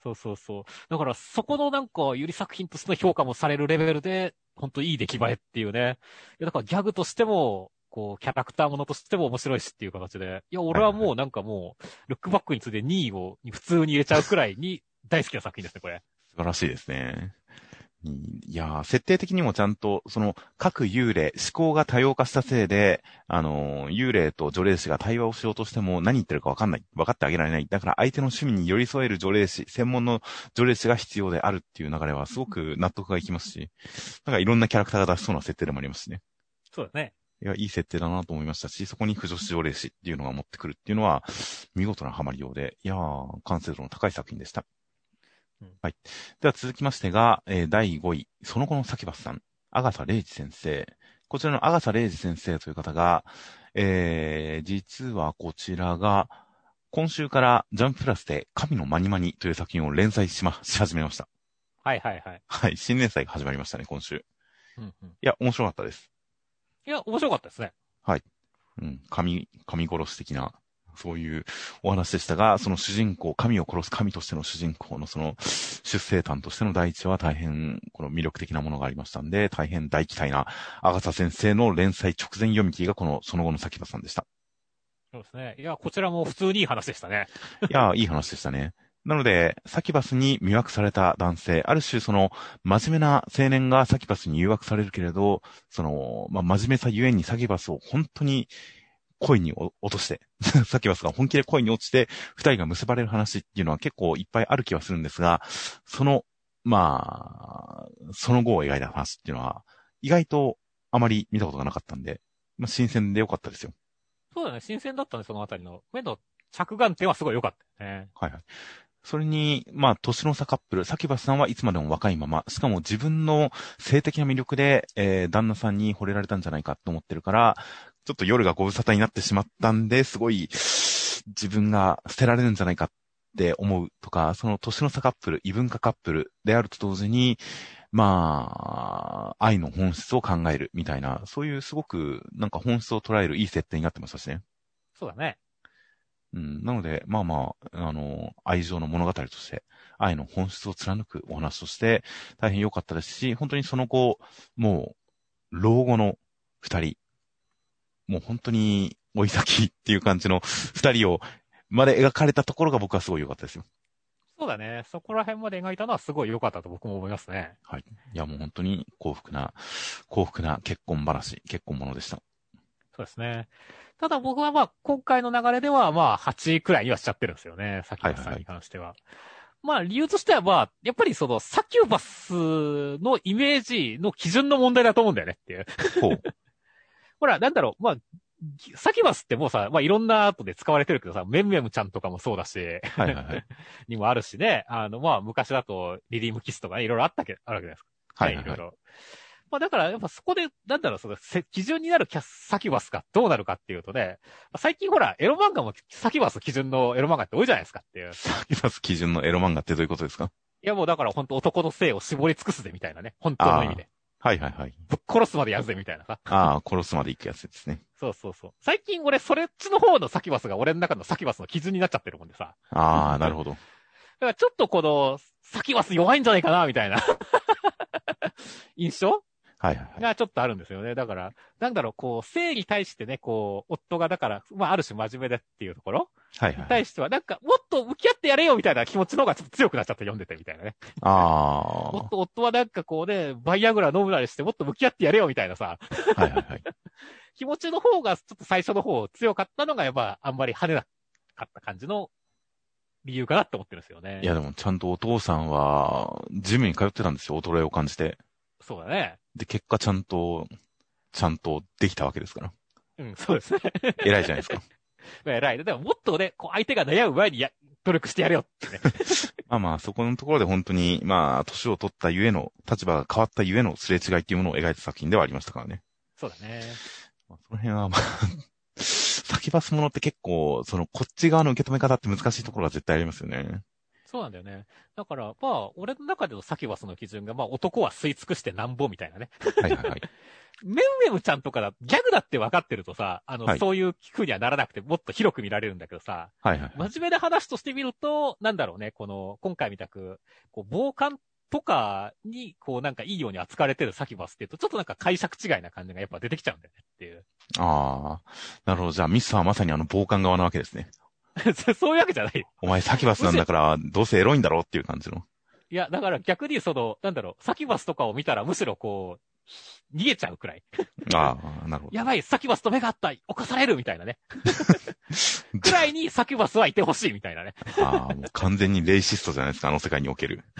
そうそうそう。だからそこのなんか、ゆり作品としての評価もされるレベルで、ほんといい出来栄えっていうね。いや、だからギャグとしても、こう、キャラクターものとしても面白いしっていう形で。いや、俺はもうなんかもう、ルックバックに次いで2位を普通に入れちゃうくらいに大好きな作品ですね、これ。 素晴らしいですね。いやー、設定的にもちゃんと、各幽霊、思考が多様化したせいで、幽霊と除霊師が対話をしようとしても何言ってるかわかんない。分かってあげられない。だから相手の趣味に寄り添える除霊師、専門の除霊師が必要であるっていう流れはすごく納得がいきますし、なんかいろんなキャラクターが出しそうな設定でもありますしね。 そうだね。 いや、いい設定だなと思いましたし、そこに不女子除霊師っていうのが持ってくるっていうのは、見事なハマりようで、いやー、完成度の高い作品でした。はい。では続きましてが、第5位、その後のサキバスさん、アガサレイジ先生。こちらのアガサレイジ先生という方が、実はこちらが、今週からジャンププラスで神のマニマニという作品を連載し始めました。 はいはいはい。 はい、新連載が始まりましたね、今週。 うんうん。 いや、面白かったです。 いや、面白かったですね。 はい。うん、神殺し的な、そういうお話でしたが、その主人公、神を殺す神としての主人公のその出生誕としての第一話は大変この魅力的なものがありましたんで、大変大期待なアガサ先生の連載直前読み切りがその後のサキバさんでした。 そうですね。いや、こちらも普通にいい話でしたね。 いや、いい話でしたね。なので、サキバスに魅惑された男性、ある種その、真面目な青年がサキバスに誘惑されるけれど、真面目さゆえにサキバスを本当に恋に落として、サキバスが本気で恋に落ちて、二人が結ばれる話っていうのは結構いっぱいある気はするんですが、その後を描いた話っていうのは、意外とあまり見たことがなかったんで、新鮮でよかったですよ。 そうだね。新鮮だったね、そのあたりの。目の着眼点はすごい良かったよね。 はいはい。それに、年の差カップル、サキバスさんはいつまでも若いまま、しかも自分の性的な魅力で、旦那さんに惚れられたんじゃないかと思ってるから、ちょっと夜がご無沙汰になってしまったんで、すごい、自分が捨てられるんじゃないかって思うとか、その年の差カップル、異文化カップルであると同時に、愛の本質を考えるみたいな、そういうすごく、なんか本質を捉えるいい設定になってましたしね。 そうだね。 うん、なので、愛情の物語として、愛の本質を貫くお話として、大変良かったですし、本当にその後、もう、老後の二人、もう本当に、追い先っていう感じの二人まで描かれたところが僕はすごい良かったですよ。 そうだね。そこら辺まで描いたのはすごい良かったと僕も思いますね。 はい。いや、もう本当に幸福な結婚ものでした。 そうですね。ただ僕は今回の流れでは8位くらいにはしちゃってるんですよね。サキュバスさんに関しては。理由としてはやっぱりそのサキュバスのイメージの基準の問題だと思うんだよねっていう。 ほう。 ほら、なんだろう、サキュバスってもうさ、いろんな後で使われてるけどさ、メムメムちゃんとかもそうだし、 はいはいはい。 にもあるしね、昔だとリリームキスとかね、いろいろあるわけじゃないですか。 はいはいはい。 いろいろ。だから、やっぱそこで、その、基準になるサキュバスがどうなるかっていうとね、最近ほら、エロ漫画もサキュバス基準のエロ漫画って多いじゃないですかっていう。 サキバス基準のエロ漫画ってどういうことですか？ いやもうだから本当男の性を絞り尽くすぜみたいなね、本当の意味で。 はいはいはい。 ぶっ殺すまでやるぜみたいなさ。 殺すまで行くやつですね。 そうそうそう。最近俺、それっちの方のサキュバスが俺の中のサキュバスの基準になっちゃってるもんでさ。 なるほど。 だからちょっとこの、サキュバス弱いんじゃないかなみたいな印象はいはいはい。 がちょっとあるんですよね。だから、性に対してね、夫がだから、ある種真面目でっていうところはいはい。 に対しては、もっと向き合ってやれよみたいな気持ちの方がちょっと強くなっちゃって読んでてみたいなね。もっと夫はバイアグラ飲むなりしてもっと向き合ってやれよみたいなさ。 はいはいはい。 気持ちの方がちょっと最初の方強かったのがやっぱあんまり跳ねなかった感じの理由かなって思ってるんですよね。 いやでもちゃんとお父さんは、ジムに通ってたんですよ、衰えを感じて。 そうだね。 で、結果ちゃんとできたわけですから。 うん、そうですね。 偉いじゃないですか。 偉い。でももっとね、相手が悩む前に努力してやれよってね。 そこのところで本当に、年を取ったゆえの、立場が変わったゆえのすれ違いっていうものを描いた作品ではありましたからね。 そうだね。 その辺は先バスものって結構、こっち側の受け止め方って難しいところが絶対ありますよね。 そうなんだよね。だから、まあ、俺の中でのサキュバスの基準が、まあ、男は吸い尽くしてなんぼみたいなね。 はいはいはい。 メウメムちゃんとかギャグだって分かってるとさ、 はい。 そういう風にはならなくて、もっと広く見られるんだけどさ、 はいはいはい。 真面目な話としてみると、なんだろうね、今回みたく、傍観とかに、なんかいいように扱われてるサキュバスっていうと、ちょっとなんか解釈違いな感じがやっぱ出てきちゃうんだよねっていう。 ああ、なるほど。じゃあミスはまさに傍観側なわけですね。 そういうわけじゃないよ。 お前サキュバスなんだから、どうせエロいんだろっていう感じの。 いや、だから逆になんだろう、サキュバスとかを見たらむしろ逃げちゃうくらい。 ああ、なるほど。 やばい、サキュバスと目が合った、犯されるみたいなね。くらいにサキュバスはいてほしいみたいなね。 ああ、もう完全にレイシストじゃないですか、あの世界における。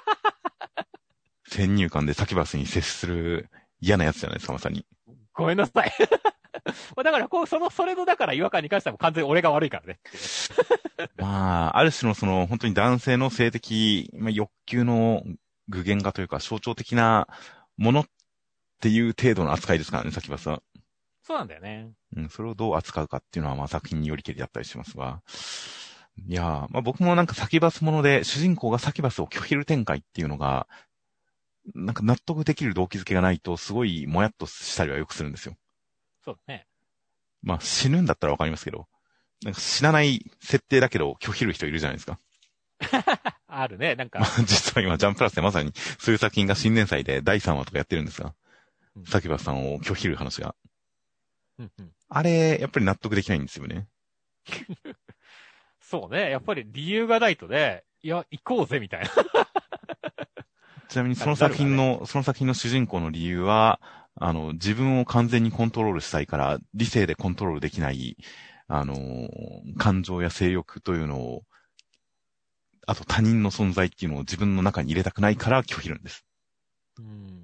先入観でサキュバスに接する嫌なやつじゃないですか、まさに。 ごめんなさい。だから、それの、だから違和感に関しては完全に俺が悪いからね。 まあ、ある種の本当に男性の性的、欲求の具現化というか象徴的なものっていう程度の扱いですからね、サキュバスは。 そうなんだよね。 うん、それをどう扱うかっていうのは、まあ作品によりけりだったりしますが。いやー、まあ僕もなんかサキュバスもので、主人公がサキュバスを拒否る展開っていうのが、なんか納得できる動機づけがないと、すごいもやっとしたりはよくするんですよ。 そうだね。 まあ死ぬんだったらわかりますけど、なんか死なない設定だけど拒否る人いるじゃないですか。 あるね、なんか。 まあ実は今ジャンプラスでまさにそういう作品が新年祭で第3話とかやってるんですが、サキュバスさんを拒否る話が。 うんうん、 あれ、やっぱり納得できないんですよね。 そうね、やっぱり理由がないとね、いや、行こうぜみたいな。 ちなみにその作品の主人公の理由は、自分を完全にコントロールしたいから、理性でコントロールできない、感情や性欲というのを、あと他人の存在っていうのを自分の中に入れたくないから拒否るんです。 うん、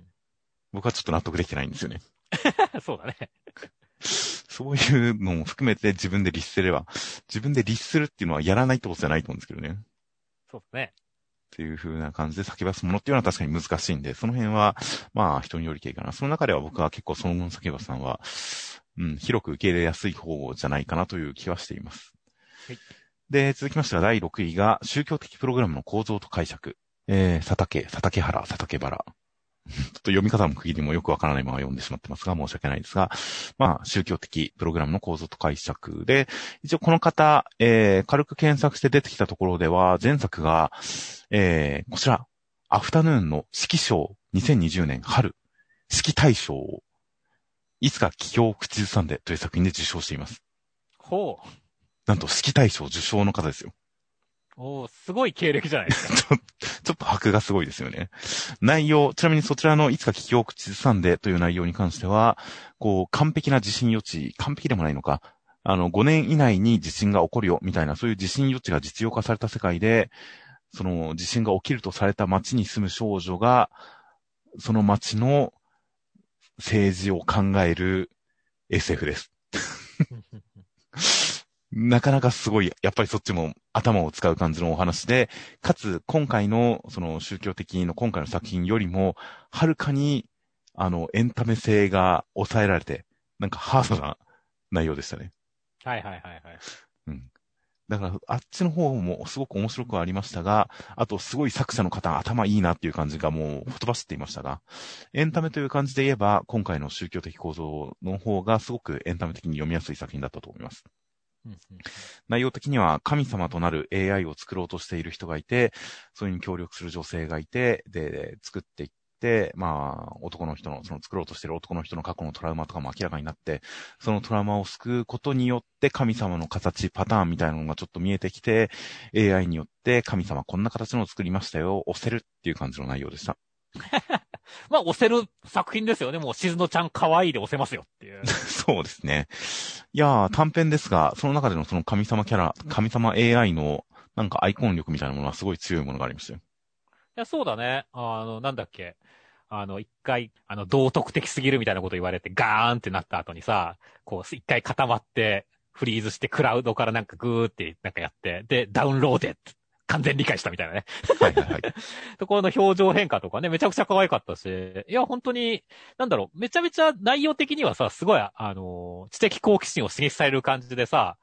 僕はちょっと納得できてないんですよね。 そうだね。 そういうのも含めて自分で律すれば、自分で律するっていうのはやらないってことじゃないと思うんですけどね。 そうだね。 っていう風な感じで先走すものっていうのは確かに難しいんで、その辺は、まあ人によりけりかな。その中では僕は結構その後の先走さんは、広く受け入れやすい方じゃないかなという気はしています。 はい、 で、続きましては第6位が宗教的プログラムの構造と解釈。佐竹原。ちょっと読み方も区切りもよくわからないまま読んでしまってますが、申し訳ないですが、まあ、宗教的プログラムの構造と解釈で、一応この方、軽く検索して出てきたところでは、前作が、こちら、アフタヌーンの四季賞2020年春、四季大賞を、いつか気境を口ずさんでという作品で受賞しています。 ほう。 なんと四季大賞受賞の方ですよ。 おー、すごい経歴じゃないですか。 ちょっと箔がすごいですよね。内容、ちなみにそちらのいつか気境を口ずさんでという内容に関しては、完璧な地震予知、完璧でもないのか、5年以内に地震が起こるよ、みたいな、そういう地震予知が実用化された世界で、その地震が起きるとされた町に住む少女が、その町の政治を考える SF です。なかなかすごい、やっぱりそっちも頭を使う感じのお話で、かつ今回のその宗教的の今回の作品よりも、はるかにエンタメ性が抑えられて、なんかハードな内容でしたね。 はいはいはいはい。 うん。だから、あっちの方もすごく面白くはありましたが、あとすごい作者の方頭いいなっていう感じがもうほとばしっていましたが、エンタメという感じで言えば、今回の宗教的構造の方がすごくエンタメ的に読みやすい作品だったと思います。内容的には神様となる AI を作ろうとしている人がいて、それに協力する女性がいて、で、作っていって、まあ、その作ろうとしている男の人の過去のトラウマとかも明らかになって、そのトラウマを救うことによって神様の形、パターンみたいなのがちょっと見えてきて、AI によって神様こんな形のを作りましたよ、押せるっていう感じの内容でした。 まあ、押せる作品ですよね。もう、しずのちゃん可愛いで押せますよっていう。 そうですね。いやー、短編ですが、その中でのその神様キャラ、神様 AI のなんかアイコン力みたいなものはすごい強いものがありましたよ。 いや、そうだね。なんだっけ。一回、道徳的すぎるみたいなこと言われて、ガーンってなった後にさ、一回固まって、フリーズして、クラウドからなんかグーってなんかやって、で、ダウンローデッ完全理解したみたいなね。 はいはいはい。 ところの表情変化とかね、めちゃくちゃ可愛かったし、いや、本当に、なんだろう、めちゃめちゃ内容的にはさ、すごい、知的好奇心を刺激される感じでさ、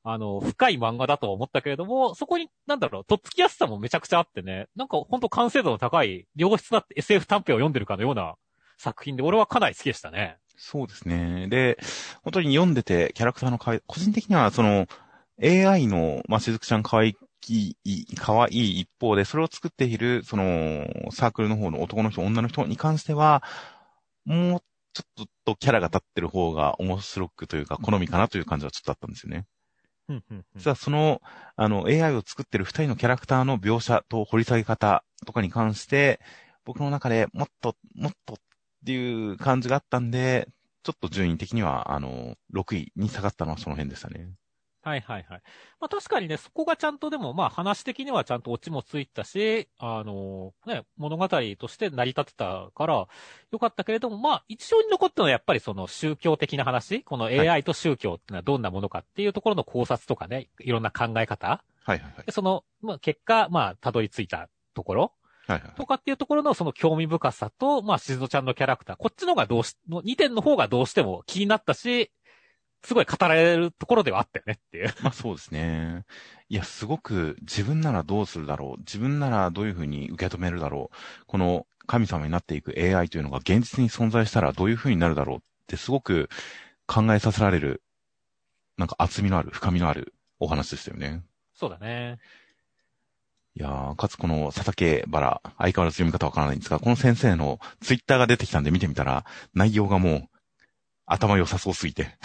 深い漫画だと思ったけれども、そこに、とっつきやすさもめちゃくちゃあってね、なんかほんと完成度の高い、良質な SF 短編を読んでるかのような作品で、俺はかなり好きでしたね。 そうですね。で、本当に読んでて、キャラクターの個人的には、AI の、まあ、しずくちゃん可愛い一方で、それを作っている、サークルの方の男の人、女の人に関しては、もう、ちょっとキャラが立ってる方が面白くというか、好みかなという感じはちょっとあったんですよね。さあ、AI を作ってる二人のキャラクターの描写と掘り下げ方とかに関して、僕の中でもっとっていう感じがあったんで、ちょっと順位的には、6位に下がったのはその辺でしたね。 はいはいはい。まあ確かにね、そこがちゃんとでも、まあ話的にはちゃんとオチもついたし、物語として成り立ってたから、よかったけれども、まあ一応に残ったのはやっぱりその宗教的な話、この AI と宗教ってのはどんなものかっていうところの考察とかね、いろんな考え方。 はいはいはい。 でまあ結果、まあたどり着いたところ。 はいはいはい。 とかっていうところのその興味深さと、まあ、しずのちゃんのキャラクター、こっちのが2点の方がどうしても気になったし、すごい語られるところではあったよねっていう。 まあそうですね。いや、すごく自分ならどうするだろう。自分ならどういうふうに受け止めるだろう。この神様になっていく AI というのが現実に存在したらどういうふうになるだろうってすごく考えさせられる、なんか厚みのある、深みのあるお話でしたよね。 そうだね。 いやー、かつこの佐竹原、相変わらず読み方わからないんですが、この先生のツイッターが出てきたんで見てみたら、内容がもう頭良さそうすぎて。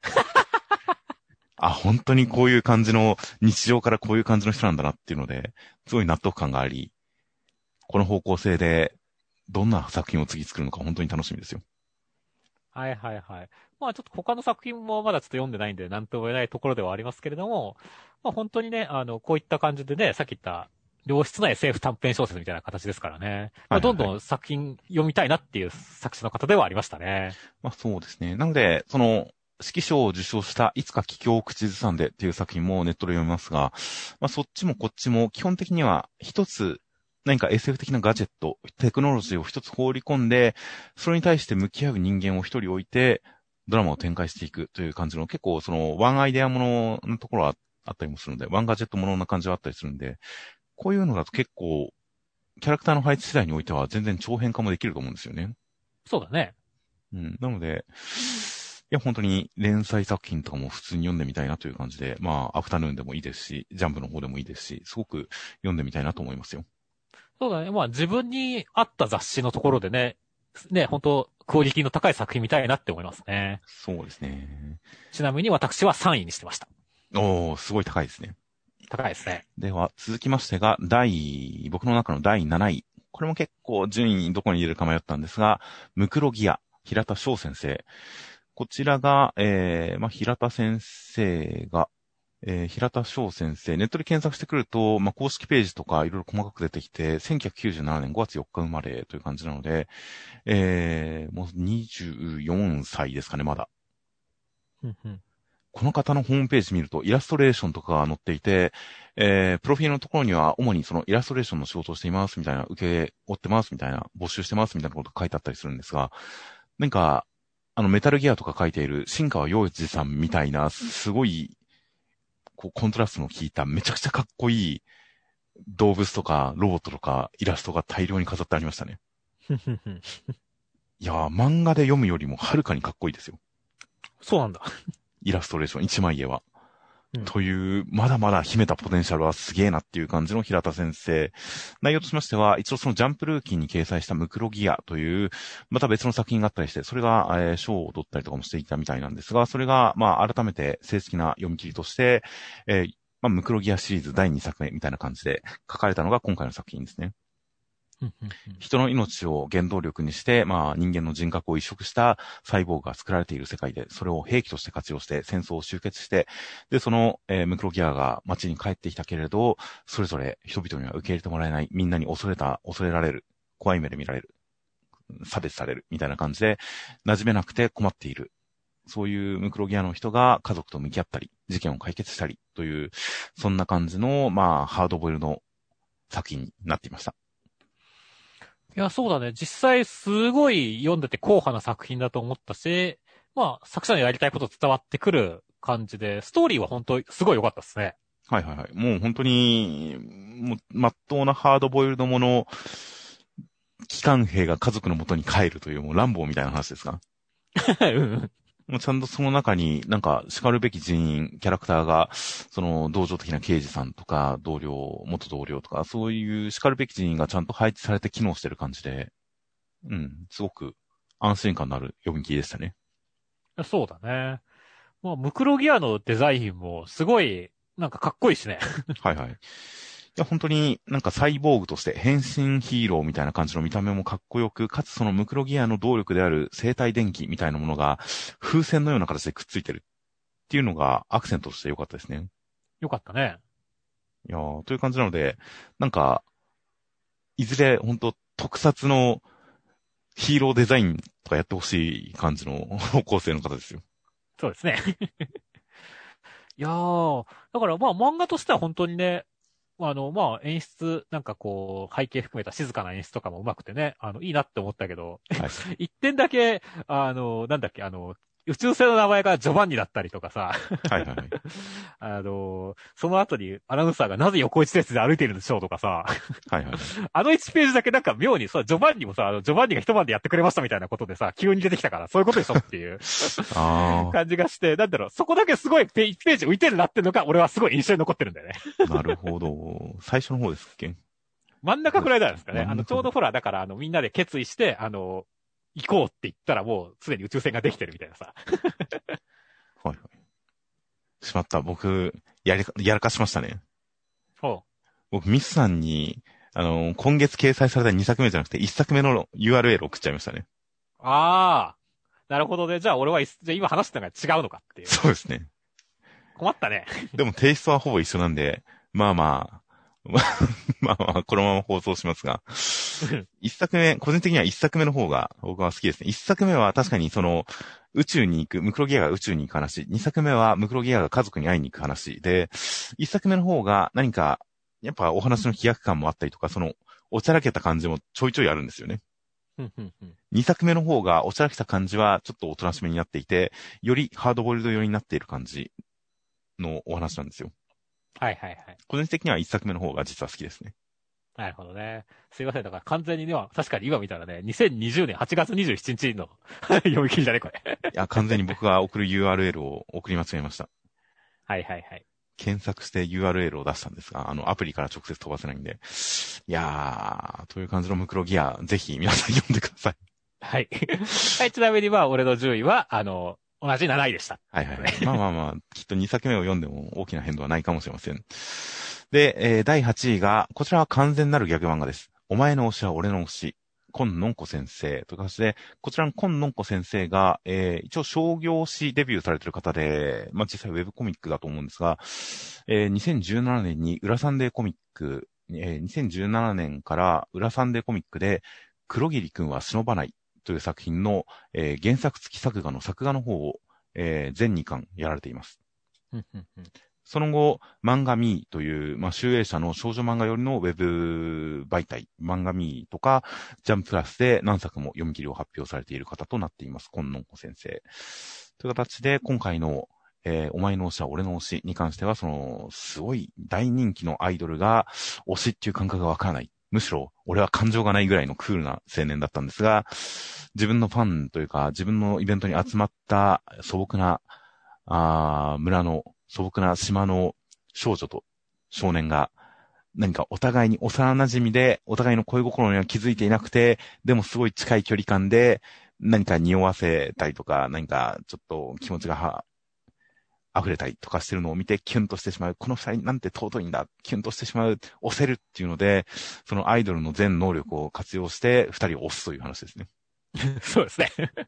あ、本当にこういう感じの、日常からこういう感じの人なんだなっていうので、すごい納得感があり、この方向性で、どんな作品を次作るのか本当に楽しみですよ。 はいはいはい。まあちょっと他の作品もまだちょっと読んでないんで、なんとも言えないところではありますけれども、まあ本当にね、こういった感じでね、さっき言った、良質な SF 短編小説みたいな形ですからね。まあどんはいはいはい。 どん作品読みたいなっていう作詞の方ではありましたね。 まあそうですね。なので、指揮賞を受賞したいつか帰郷を口ずさんでっていう作品もネットで読みますが、まあそっちもこっちも基本的には一つ何か SF 的なガジェット、テクノロジーを一つ放り込んで、それに対して向き合う人間を一人置いて、ドラマを展開していくという感じの結構ワンアイデアもののところはあったりもするので、ワンガジェットものな感じはあったりするんで、こういうのだと結構、キャラクターの配置次第においては全然長編化もできると思うんですよね。 そうだね。 うん。なので、いや、本当に連載作品とかも普通に読んでみたいなという感じで、まあ、アフタヌーンでもいいですし、ジャンプの方でもいいですし、すごく読んでみたいなと思いますよ。 そうだね。まあ自分に合った雑誌のところでね、本当クオリティの高い作品見たいなって思いますね。 そうですね。 ちなみに私は3位にしてました。 おー、すごい高いですね。 高いですね。 では、続きましてが、僕の中の第7位。これも結構順位どこに入れるか迷ったんですが、ムクロギア、平田翔先生。こちらが、まあ、平田先生が、平田翔先生、ネットで検索してくると、まあ、公式ページとかいろいろ細かく出てきて、1997年5月4日生まれという感じなので、もう24歳ですかね、まだ。 うんうん。 この方のホームページ見ると、イラストレーションとかが載っていて、プロフィールのところには、主にそのイラストレーションの仕事をしていますみたいな、受け負ってますみたいな、募集してますみたいなことが書いてあったりするんですが、なんか、メタルギアとか書いている新川洋一さんみたいな、すごい、こう、コントラストの効いた、めちゃくちゃかっこいい動物とかロボットとかイラストが大量に飾ってありましたね。いやー、漫画で読むよりもはるかにかっこいいですよ。 そうなんだ。 イラストレーション、一枚絵は。 うん、 という、まだまだ秘めたポテンシャルはすげえなっていう感じの平田先生。内容としましては、一応そのジャンプルーキーに掲載したムクロギアという、また別の作品があったりして、それが、賞を取ったりとかもしていたみたいなんですが、それが、まあ、改めて正式な読み切りとして、まあ、ムクロギアシリーズ第2作目みたいな感じで書かれたのが今回の作品ですね。人の命を原動力にして、まあ人間の人格を移植した細胞が作られている世界で、それを兵器として活用して戦争を終結して、で、ムクロギアが街に帰ってきたけれど、それぞれ人々には受け入れてもらえない、みんなに恐れられる、怖い目で見られる、差別される、みたいな感じで、馴染めなくて困っている。そういうムクロギアの人が家族と向き合ったり、事件を解決したりという、そんな感じの、まあ、ハードボイルの作品になっていました。 いや、そうだね。実際すごい読んでて硬派な作品だと思ったし、まあ、作者のやりたいこと伝わってくる感じで、ストーリーは本当すごい良かったですね。 はいはいはい。もう本当に、もう、まっとうなハードボイルドもの、機関兵が家族の元に帰るという、もう乱暴みたいな話ですか？ うん。 もうちゃんとその中になんか叱るべき人員、キャラクターが、その同情的な刑事さんとか、元同僚とか、そういう叱るべき人員がちゃんと配置されて機能してる感じで、うん、すごく安心感のある読み切りでしたね。 そうだね。まあ、ムクロギアのデザインもすごい、なんかかっこいいしね。 はいはい。いや、本当になんかサイボーグとして変身ヒーローみたいな感じの見た目もかっこよく、かつそのムクロギアの動力である生体電気みたいなものが風船のような形でくっついてるっていうのがアクセントとして良かったですね。 よかったね。 いやー、という感じなので、なんか、いずれ本当特撮のヒーローデザインとかやってほしい感じの方向性の方ですよ。 そうですね。いやー、だからまあ漫画としては本当にね、まあ演出、なんかこう、背景含めた静かな演出とかも上手くてね、いいなって思ったけど、 はい。 一点だけ、なんだっけ、宇宙船の名前がジョバンニだったりとかさ、 はいはいはい。 その後にアナウンサーがなぜ横一列で歩いているんでしょうとかさ、 はいはい。 あの1ページだけなんか妙にさ、ジョバンニもさ、ジョバンニが一晩でやってくれましたみたいなことでさ、急に出てきたから、そういうことでしょっていうあ感じがして、なんだろう、そこだけすごい1ページ浮いてるなっていうのが、俺はすごい印象に残ってるんだよね。 ー、なるほど。最初の方ですっけ？ 真ん中くらいなんですかね。 真ん中ちょうどほら、だから、みんなで決意して、行こうって言ったらもう、すでに宇宙船ができてるみたいなさ。 はいはい。しまった。僕、やらかしましたね。 そ僕、ミスさんに、今月掲載された2作目じゃなくて、1作目の URL 送っちゃいましたね。 う。ああ、なるほどね。じゃあ俺は、じゃあ今話してたのが違うのかっていう。 そうですね。 困ったね。 でもテイストはほぼ一緒なんで、まあまあ、まあまあ、このまま放送しますが、一作目、個人的には一作目の方が僕は好きですね。一作目は確かにその、宇宙に行く、ムクロギアが宇宙に行く話。二作目はムクロギアが家族に会いに行く話。で、一作目の方が何か、やっぱお話の飛躍感もあったりとか、その、おちゃらけた感じもちょいちょいあるんですよね。二作目の方がおちゃらけた感じはちょっとおとなしめになっていて、よりハードボイルド寄りになっている感じのお話なんですよ。 はいはいはい。 個人的には一作目の方が実は好きですね。 なるほどね。すいません。だから完全にね、確かに今見たらね、2020年8月27日の読み切りだね、これ。 いや、完全に僕が送る URL を送り間違えました。 はいはいはい。 検索して URL を出したんですが、アプリから直接飛ばせないんで。いやー、という感じのムクロギア、ぜひ皆さん読んでください。 はい。はい、ちなみにまあ、俺の順位は、同じ7位でした。 はいはいはい。まあまあまあ、きっと2作目を読んでも大きな変動はないかもしれません。で、第8位が、こちらは完全なるギャグ漫画です。お前の推しは俺の推し。今野んこ先生という形で、こちらの今野んこ先生が、一応商業誌デビューされている方で、まあ実際ウェブコミックだと思うんですが、2017年に裏サンデーコミック、2017年から裏サンデーコミックで、黒桐くんは忍ばないという作品の、原作付き作画の作画の方を、全2巻やられています。その後、漫画ミーという、まあ、集英社の少女漫画よりのウェブ媒体、漫画ミーとか、ジャンププラスで何作も読み切りを発表されている方となっています。今野子先生。という形で、今回の、お前の推しは俺の推しに関しては、すごい大人気のアイドルが、推しっていう感覚がわからない。むしろ、俺は感情がないぐらいのクールな青年だったんですが、自分のファンというか、自分のイベントに集まった素朴な、村の素朴な島の少女と少年が何かお互いに幼馴染でお互いの恋心には気づいていなくて、でもすごい近い距離感で何か匂わせたりとか、何かちょっと気持ちが溢れたりとかしてるのを見てキュンとしてしまう。この二人なんて尊いんだ。キュンとしてしまう。押せるっていうので、そのアイドルの全能力を活用して二人を押すという話ですね。 そうですね。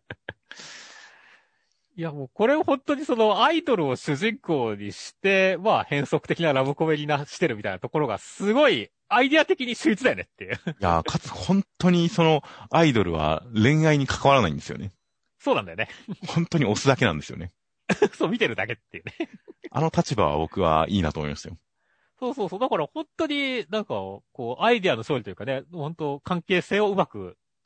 いやもうこれを本当にそのアイドルを主人公にして、まあ変則的なラブコメにしてるみたいなところがすごいアイデア的に秀逸だよねっていう。 いやー、かつ本当にそのアイドルは恋愛に関わらないんですよね。 そうなんだよね。 本当に押すだけなんですよね。 そう見てるだけっていうね。 あの立場は僕はいいなと思いましたよ。 そうそうそう。だから本当になんかこうアイデアの勝利というかね、本当関係性をうまく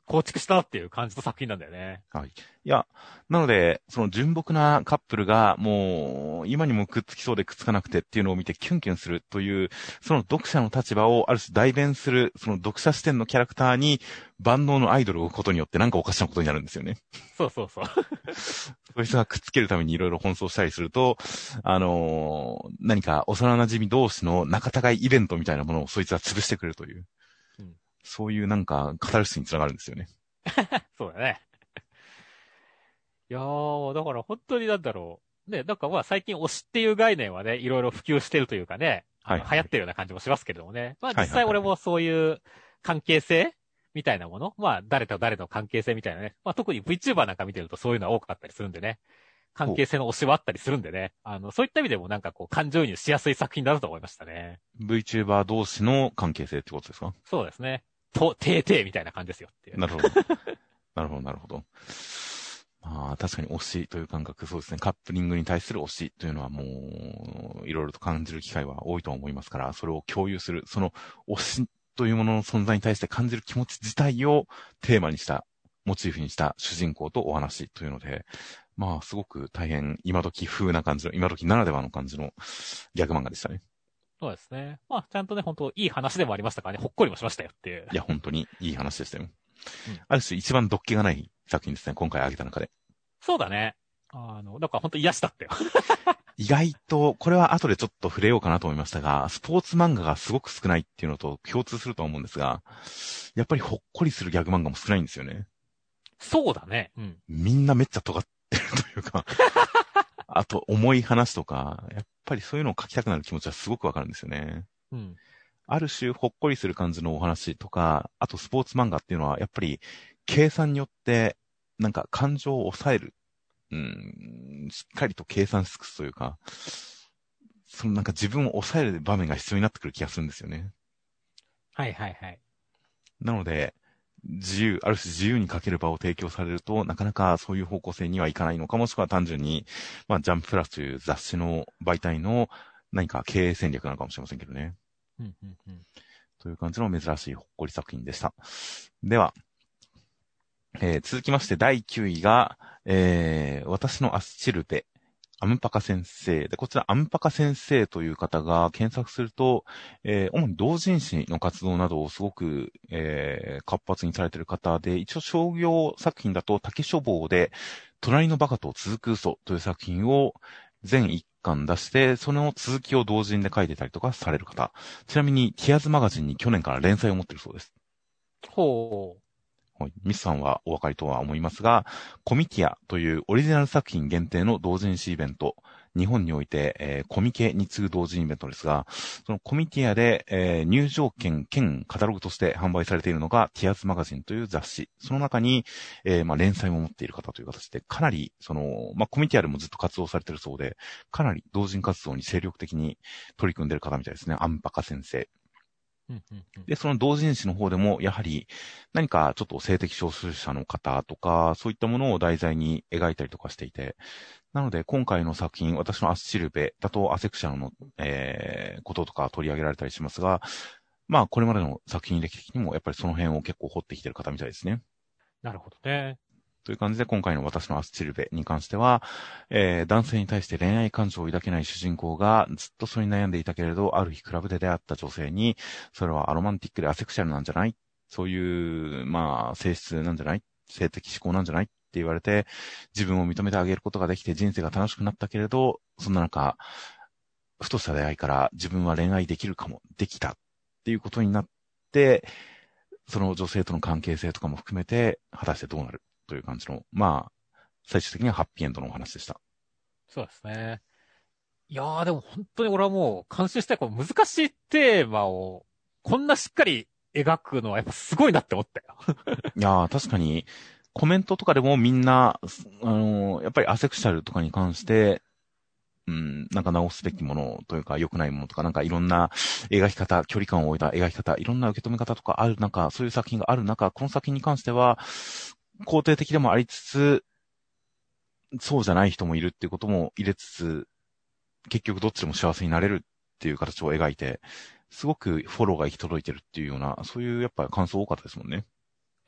構築したっていう感じの作品なんだよね。 はい。いや、なので、その純朴なカップルがもう、今にもくっつきそうでくっつかなくてっていうのを見てキュンキュンするという、その読者の立場をある種代弁する、その読者視点のキャラクターに万能のアイドルを置くことによってなんかおかしなことになるんですよね。 そうそうそう。 そういう人がくっつけるためにいろいろ奔走したりすると、何か幼馴染同士の仲違いイベントみたいなものをそいつは潰してくれるという、 うん、 そういうなんかカタルシスにつながるんですよね。 そうだね。いやー、だから本当になんだろう。ね、なんかまあ最近推しっていう概念はね、いろいろ普及してるというかね、 はいはい。 流行ってるような感じもしますけれどもね。まあ実はいはいはい。 際俺もそういう関係性みたいなもの、まあ誰と誰の関係性みたいなね。まあ特に VTuber なんか見てるとそういうのは多かったりするんでね。関係性の推しはあったりするんでね。そういった意味でもなんかこう感情移入しやすい作品だなと思いましたね。 VTuber 同士の関係性ってことですか？ そうですね。てーてーみたいな感じですよっていう。 なるほど。なるほど、なるほど。まあ、確かに推しという感覚、そうですね。カップリングに対する推しというのはもう、いろいろと感じる機会は多いと思いますから、それを共有する、その推しというものの存在に対して感じる気持ち自体をテーマにした、モチーフにした主人公とお話というので、まあ、すごく大変今時風な感じの、今時ならではの感じのギャグ漫画でしたね。 そうですね。まあちゃんとね、本当いい話でもありましたからね、ほっこりもしましたよっていう。 いや、本当にいい話でしたよ。 うん、 ある種一番毒気がない作品ですね、今回挙げた中で。 そうだね。だから本当癒しだったよ。 意外と、これは後でちょっと触れようかなと思いましたが、スポーツ漫画がすごく少ないっていうのと共通すると思うんですが、やっぱりほっこりするギャグ漫画も少ないんですよね。 そうだね。うん。 みんなめっちゃ尖ってるというか、あと重い話とか、やっぱりそういうのを書きたくなる気持ちはすごくわかるんですよね。 うん。 ある種ほっこりする感じのお話とか、あとスポーツ漫画っていうのはやっぱり計算によってなんか感情を抑える、しっかりと計算し尽くすというか、そのなんか自分を抑える場面が必要になってくる気がするんですよね。 はいはいはい。 なので、ある種自由に書ける場を提供されると、なかなかそういう方向性にはいかないのか、もしくは単純に、まあ、ジャンププラスという雑誌の媒体の何か経営戦略なのかもしれませんけどね。 うんうんうん。 という感じの珍しいほっこり作品でした。では、続きまして第9位が、私のアスチルベ、アムパカ先生。で、こちらアムパカ先生という方が検索すると、主に同人誌の活動などをすごく、活発にされている方で、一応商業作品だと竹書房で、隣のバカと続く嘘という作品を全一巻出して、その続きを同人で書いてたりとかされる方。ちなみに、ティアーズマガジンに去年から連載を持っているそうです。 ほう。 はい、ミスさんはお分かりとは思いますが、コミティアというオリジナル作品限定の同人誌イベント、日本において、コミケに次ぐ同人イベントですが、そのコミティアで、入場券兼カタログとして販売されているのがティアーズマガジンという雑誌。その中に、まあ、連載も持っている方という形で、かなり、まあ、コミティアでもずっと活動されているそうで、かなり同人活動に精力的に取り組んでいる方みたいですね。アンパカ先生。 うんうんうん。 で、その同人誌の方でも、やはり、何かちょっと性的少数者の方とか、そういったものを題材に描いたりとかしていて、なので、今回の作品、私のアスチルベだとアセクシャルの、こととか取り上げられたりしますが、まあ、これまでの作品歴的にも、やっぱりその辺を結構掘ってきてる方みたいですね。 なるほどね。 という感じで、今回の私のアスチルベに関しては、男性に対して恋愛感情を抱けない主人公がずっとそれに悩んでいたけれど、ある日クラブで出会った女性に、それはアロマンティックでアセクシャルなんじゃない？そういう、まあ、性質なんじゃない？性的思考なんじゃない？って言われて、自分を認めてあげることができて人生が楽しくなったけれど、そんな中、ふとした出会いから自分は恋愛できるかも、できたっていうことになって、その女性との関係性とかも含めて、果たしてどうなるという感じの、まあ、最終的にはハッピーエンドのお話でした。 そうですね。いやーでも本当に俺はもう感心したこの難しいテーマをこんなしっかり描くのはやっぱすごいなって思ったよ。 いやー、確かに、コメントとかでもみんな、やっぱりアセクシャルとかに関して、なんか直すべきものというか良くないものとか、なんかいろんな描き方、距離感を置いた描き方、いろんな受け止め方とかある中、そういう作品がある中、この作品に関しては、肯定的でもありつつ、そうじゃない人もいるっていうことも入れつつ、結局どっちでも幸せになれるっていう形を描いて、すごくフォローが行き届いてるっていうような、そういうやっぱり感想多かったですもんね。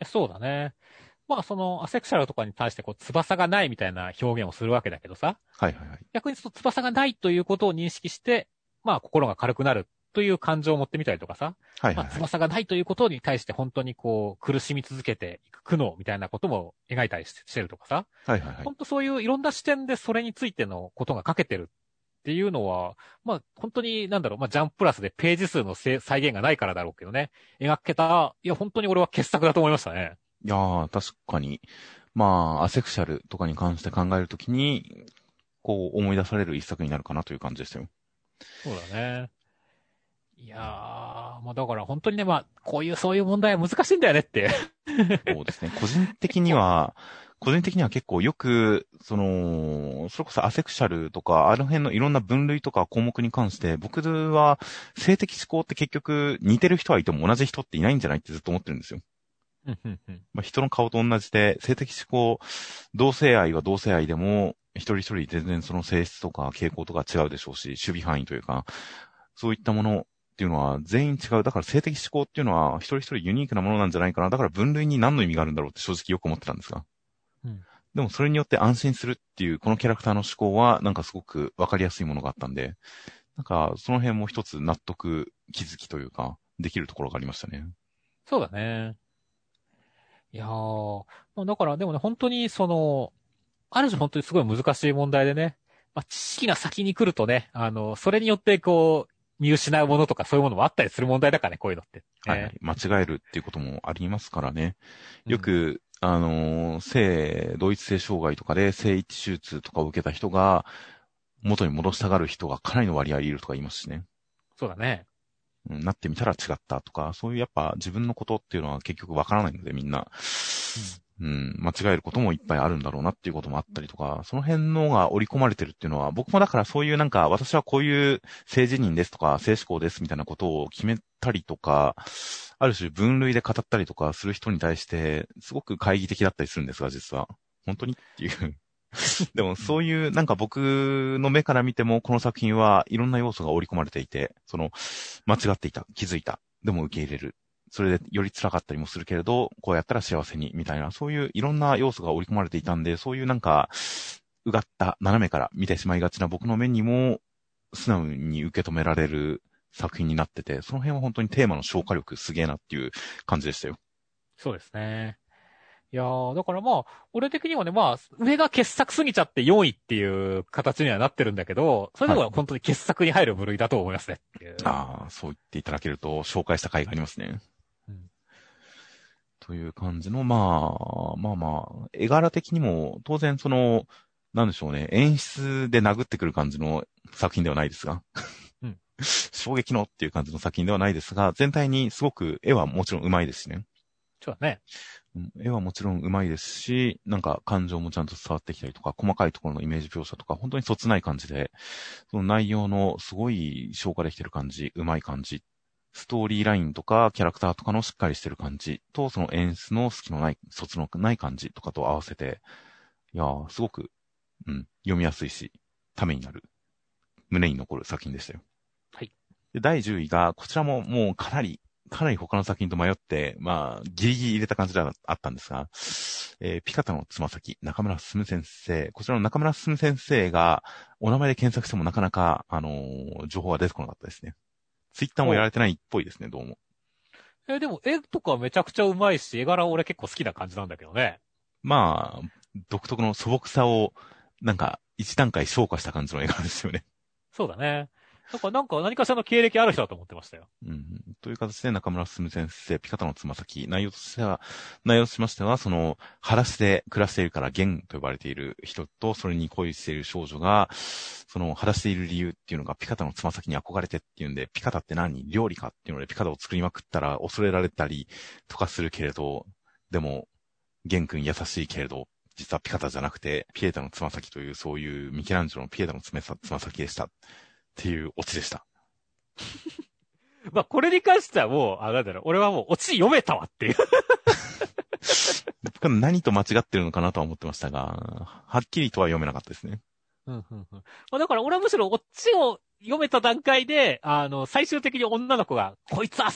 そうだね。まあそのアセクシャルとかに対してこう翼がないみたいな表現をするわけだけどさ、 はいはいはい。 逆にその翼がないということを認識して、まあ心が軽くなるという感情を持ってみたりとかさ、まあはいはいはい。 翼がないということに対して本当にこう苦しみ続けていく苦悩みたいなことも描いたりしてるとかさ、 はいはいはい。 本当そういういろんな視点でそれについてのことが書けてるっていうのは、まあ本当になんだろう、まあジャンププラスでページ数の再現がないからだろうけどね、描けた、いや本当に俺は傑作だと思いましたね。 いやー、確かに。まあ、アセクシャルとかに関して考えるときに、こう思い出される一作になるかなという感じでしたよ。 そうだね。いやー、まあだから本当にね、まあ、そういう問題は難しいんだよねって。 そうですね。個人的には結構よく、それこそアセクシャルとか、あの辺のいろんな分類とか項目に関して、僕は性的指向って結局似てる人はいても同じ人っていないんじゃないってずっと思ってるんですよ。まあ、人の顔と同じで、性的指向、同性愛は同性愛でも、一人一人全然その性質とか傾向とか違うでしょうし、守備範囲というか、そういったものっていうのは全員違う。だから性的指向っていうのは一人一人ユニークなものなんじゃないかな。だから分類に何の意味があるんだろうって正直よく思ってたんですが。 うん。 でもそれによって安心するっていう、このキャラクターの思考はなんかすごくわかりやすいものがあったんで、なんかその辺も一つ納得、気づきというか、できるところがありましたね。 そうだね。いやー、まあだからでもね、本当にある種本当にすごい難しい問題でね、まあ知識が先に来るとね、それによってこう、見失うものとかそういうものもあったりする問題だからね、こういうのって。ね。 はいはい。間違えるっていうこともありますからね。 うん。 よく、同一性障害とかで性一手術とかを受けた人が、元に戻したがる人がかなりの割合いるとか言いますしね。 そうだね。 うん、なってみたら違ったとか、そういうやっぱ自分のことっていうのは結局わからないのでみんな、 うん。 うん、間違えることもいっぱいあるんだろうなっていうこともあったりとか、その辺のが織り込まれてるっていうのは、僕もだからそういうなんか、私はこういう性自認ですとか、性思考ですみたいなことを決めたりとか、ある種分類で語ったりとかする人に対して、すごく懐疑的だったりするんですが、実は。本当にっていうでもうん。 そういうなんか僕の目から見てもこの作品はいろんな要素が織り込まれていて、間違っていた、気づいた、でも受け入れる。それでより辛かったりもするけれど、こうやったら幸せに、みたいな、そういういろんな要素が織り込まれていたんで、そういうなんか、うがった斜めから見てしまいがちな僕の目にも素直に受け止められる作品になってて、その辺は本当にテーマの消化力すげえなっていう感じでしたよ。 そうですね。いやー、だからまあ、俺的にはね、まあ、上が傑作すぎちゃって4位っていう形にはなってるんだけど、それではい。 も本当に傑作に入る部類だと思いますねっていう。 ああ、そう言っていただけると紹介した回がありますね。 うん。 という感じの、まあ、絵柄的にも、当然なんでしょうね、演出で殴ってくる感じの作品ではないですが、 うん。 衝撃のっていう感じの作品ではないですが、全体にすごく絵はもちろん上手いですしね。 そうだね。 絵はもちろん上手いですし、なんか感情もちゃんと伝わってきたりとか、細かいところのイメージ描写とか、本当にそつない感じで、その内容のすごい消化できてる感じ、上手い感じ、ストーリーラインとかキャラクターとかのしっかりしてる感じと、その演出の隙のない、卒のない感じとかと合わせて、いやー、すごく、読みやすいし、ためになる、胸に残る作品でしたよ。 はい。 で、第10位が、こちらももうかなり他の作品と迷って、まあ、ギリギリ入れた感じではあったんですが、ピカタのつま先、中村進先生。こちらの中村進先生が、お名前で検索してもなかなか、情報が出てこなかったですね。ツイッターもやお、 られてないっぽいですね、どうも。 でも絵とかめちゃくちゃうまいし、絵柄俺結構好きな感じなんだけどね。 まあ、独特の素朴さを、なんか、一段階昇華した感じの映画ですよね。 そうだね。なんか何かしらの経歴ある人だと思ってましたよ。 うん。という形で中村進先生、ピカタのつま先、内容としましては、裸足で暮らしているからゲンと呼ばれている人と、それに恋している少女が、裸足でいる理由っていうのがピカタのつま先に憧れてっていうんで、ピカタって何料理かっていうので、ピカタを作りまくったら恐れられたりとかするけれど、でも、ゲン君優しいけれど、実はピカタじゃなくて、ピエタのつま先という、そういうミケランジェロのピエタのつま先でした。っていうオチでした。 まあ、これに関してはもう、なんだろう、俺はもう、オチ読めたわっていう。 僕は何と間違ってるのかなとは思ってましたが、はっきりとは読めなかったですね。 うんうんうん。まあ、だから俺はむしろオチを読めた段階で、最終的に女の子が、こいつ浅いっ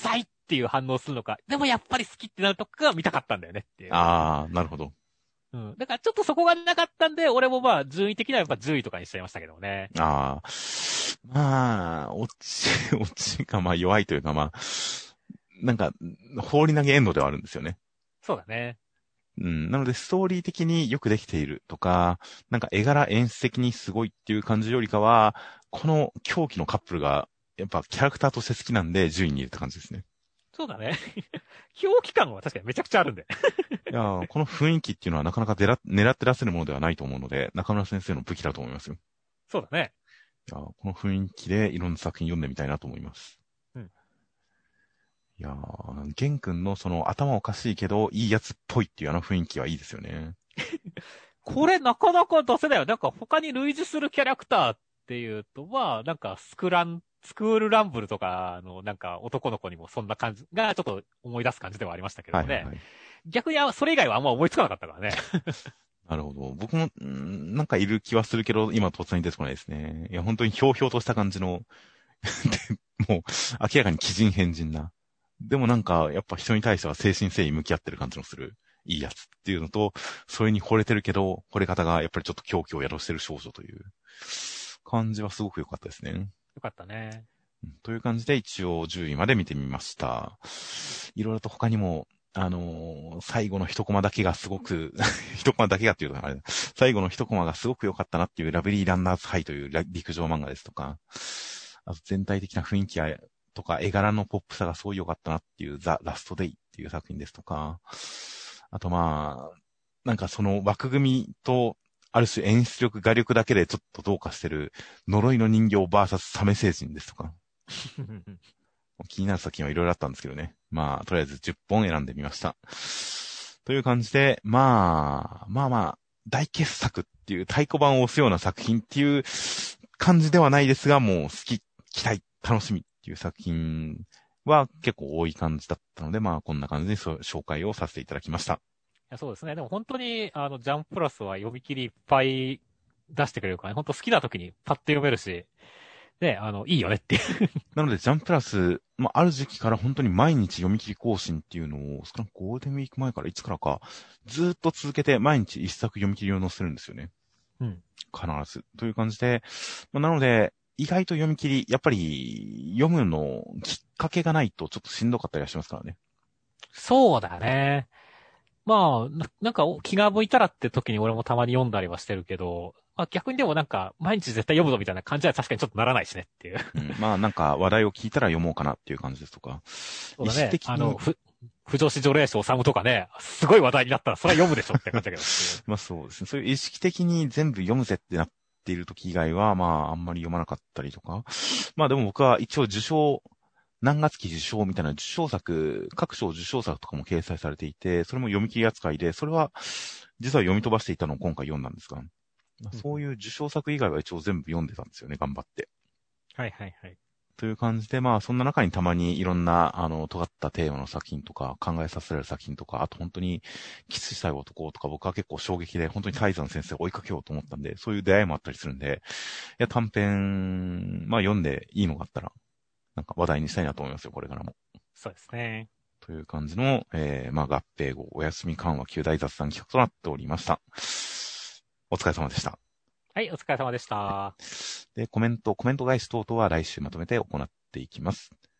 っていう反応するのか、でもやっぱり好きってなるとかが見たかったんだよねっていう。 ああ、なるほど。 うん。だからちょっとそこがなかったんで、俺もまあ順位的にはやっぱ10位とかにしちゃいましたけどね。 ああ、まあ、落ちがまあ弱いというかまあ、なんか、放り投げエンドではあるんですよね。 そうだね。 うん。なので、ストーリー的によくできているとか、なんか絵柄演出的にすごいっていう感じよりかは、この狂気のカップルが、やっぱキャラクターとして好きなんで10位に入れた感じですね。 そうだね。狂気感は確かにめちゃくちゃあるんで。 いやー、この雰囲気っていうのはなかなか狙って出せるものではないと思うので、中村先生の武器だと思いますよ。 そうだね。 いやー、この雰囲気でいろんな作品読んでみたいなと思います。 うん。 いやー、玄君のその頭おかしいけど、いいやつっぽいっていうあの雰囲気はいいですよね。 これなかなか出せないよ。なんか他に類似するキャラクターっていうと、まあ、なんかスクールランブルとかのなんか男の子にもそんな感じがちょっと思い出す感じではありましたけどね。 はいはいはい。 逆にそれ以外はあんま思いつかなかったからね。 なるほど。僕も、なんかいる気はするけど、今突然出てこないですね。いや、本当にひょうひょうとした感じので、もう、明らかに奇人変人な。でもなんか、やっぱ人に対しては誠心誠意向き合ってる感じのする、いいやつっていうのと、それに惚れてるけど、惚れ方がやっぱりちょっと狂気を宿してる少女という感じはすごく良かったですね。 よかったね。 という感じで一応10位まで見てみました。いろいろと他にも、最後の一コマだけがすごく一コマだけがっていうとあれ、最後の一コマがすごく良かったなっていうラブリーランナーズハイという陸上漫画ですとか、あと全体的な雰囲気とか絵柄のポップさがすごい良かったなっていうザ・ラストデイっていう作品ですとか、あとまあ、なんかその枠組みと、ある種演出力、画力だけでちょっとどうかしてる呪いの人形バーサスサメ星人ですとか、気になる作品はいろいろあったんですけどね。まあ、とりあえず10本選んでみました。という感じで、まあ、大傑作っていう太鼓判を押すような作品っていう感じではないですが、もう好き、期待、楽しみっていう作品は結構多い感じだったので、まあ、こんな感じで紹介をさせていただきました。 いやそうですね。でも本当に、ジャンププラスは読み切りいっぱい出してくれるからね。本当好きな時にパッと読めるし、で、いいよねっていう。 なので、ジャンププラス、まあ、ある時期から本当に毎日読み切り更新っていうのを、少なくゴールデンウィーク前からいつからか、ずーっと続けて毎日一作読み切りを載せるんですよね。 うん。 必ず。という感じで、まあ、なので、意外と読み切り、やっぱり読むのきっかけがないとちょっとしんどかったりはしますからね。 そうだね。まあ、なんか気が向いたらって時に俺もたまに読んだりはしてるけど、まあ逆にでもなんか毎日絶対読むぞみたいな感じは確かにちょっとならないしねっていう。 うん、まあなんか話題を聞いたら読もうかなっていう感じですとか。 そうだね。 意識的に、 不女子除霊師治とかね、すごい話題になったらそれは読むでしょって感じだけど。 まあそうですね。そういう意識的に全部読むぜってなっている時以外は、まああんまり読まなかったりとか。まあでも僕は一応何月期受賞みたいな受賞作、各賞受賞作とかも掲載されていて、それも読み切り扱いで、それは実は読み飛ばしていたのを今回読んだんですが、そういう受賞作以外は一応全部読んでたんですよね、頑張って。 はいはいはい。 という感じで、まあそんな中にたまにいろんな、尖ったテーマの作品とか、考えさせられる作品とか、あと本当に、キスしたい男とか僕は結構衝撃で、本当にタイザン先生を追いかけようと思ったんで、そういう出会いもあったりするんで、いや、短編、まあ読んでいいのがあったら、なんか話題にしたいなと思いますよ、これからも。 そうですね。 という感じの、まあ合併後、お休み緩和9大雑談企画となっておりました。お疲れ様でした。 はい、お疲れ様でした。 で、コメント返し等々は来週まとめて行っていきます。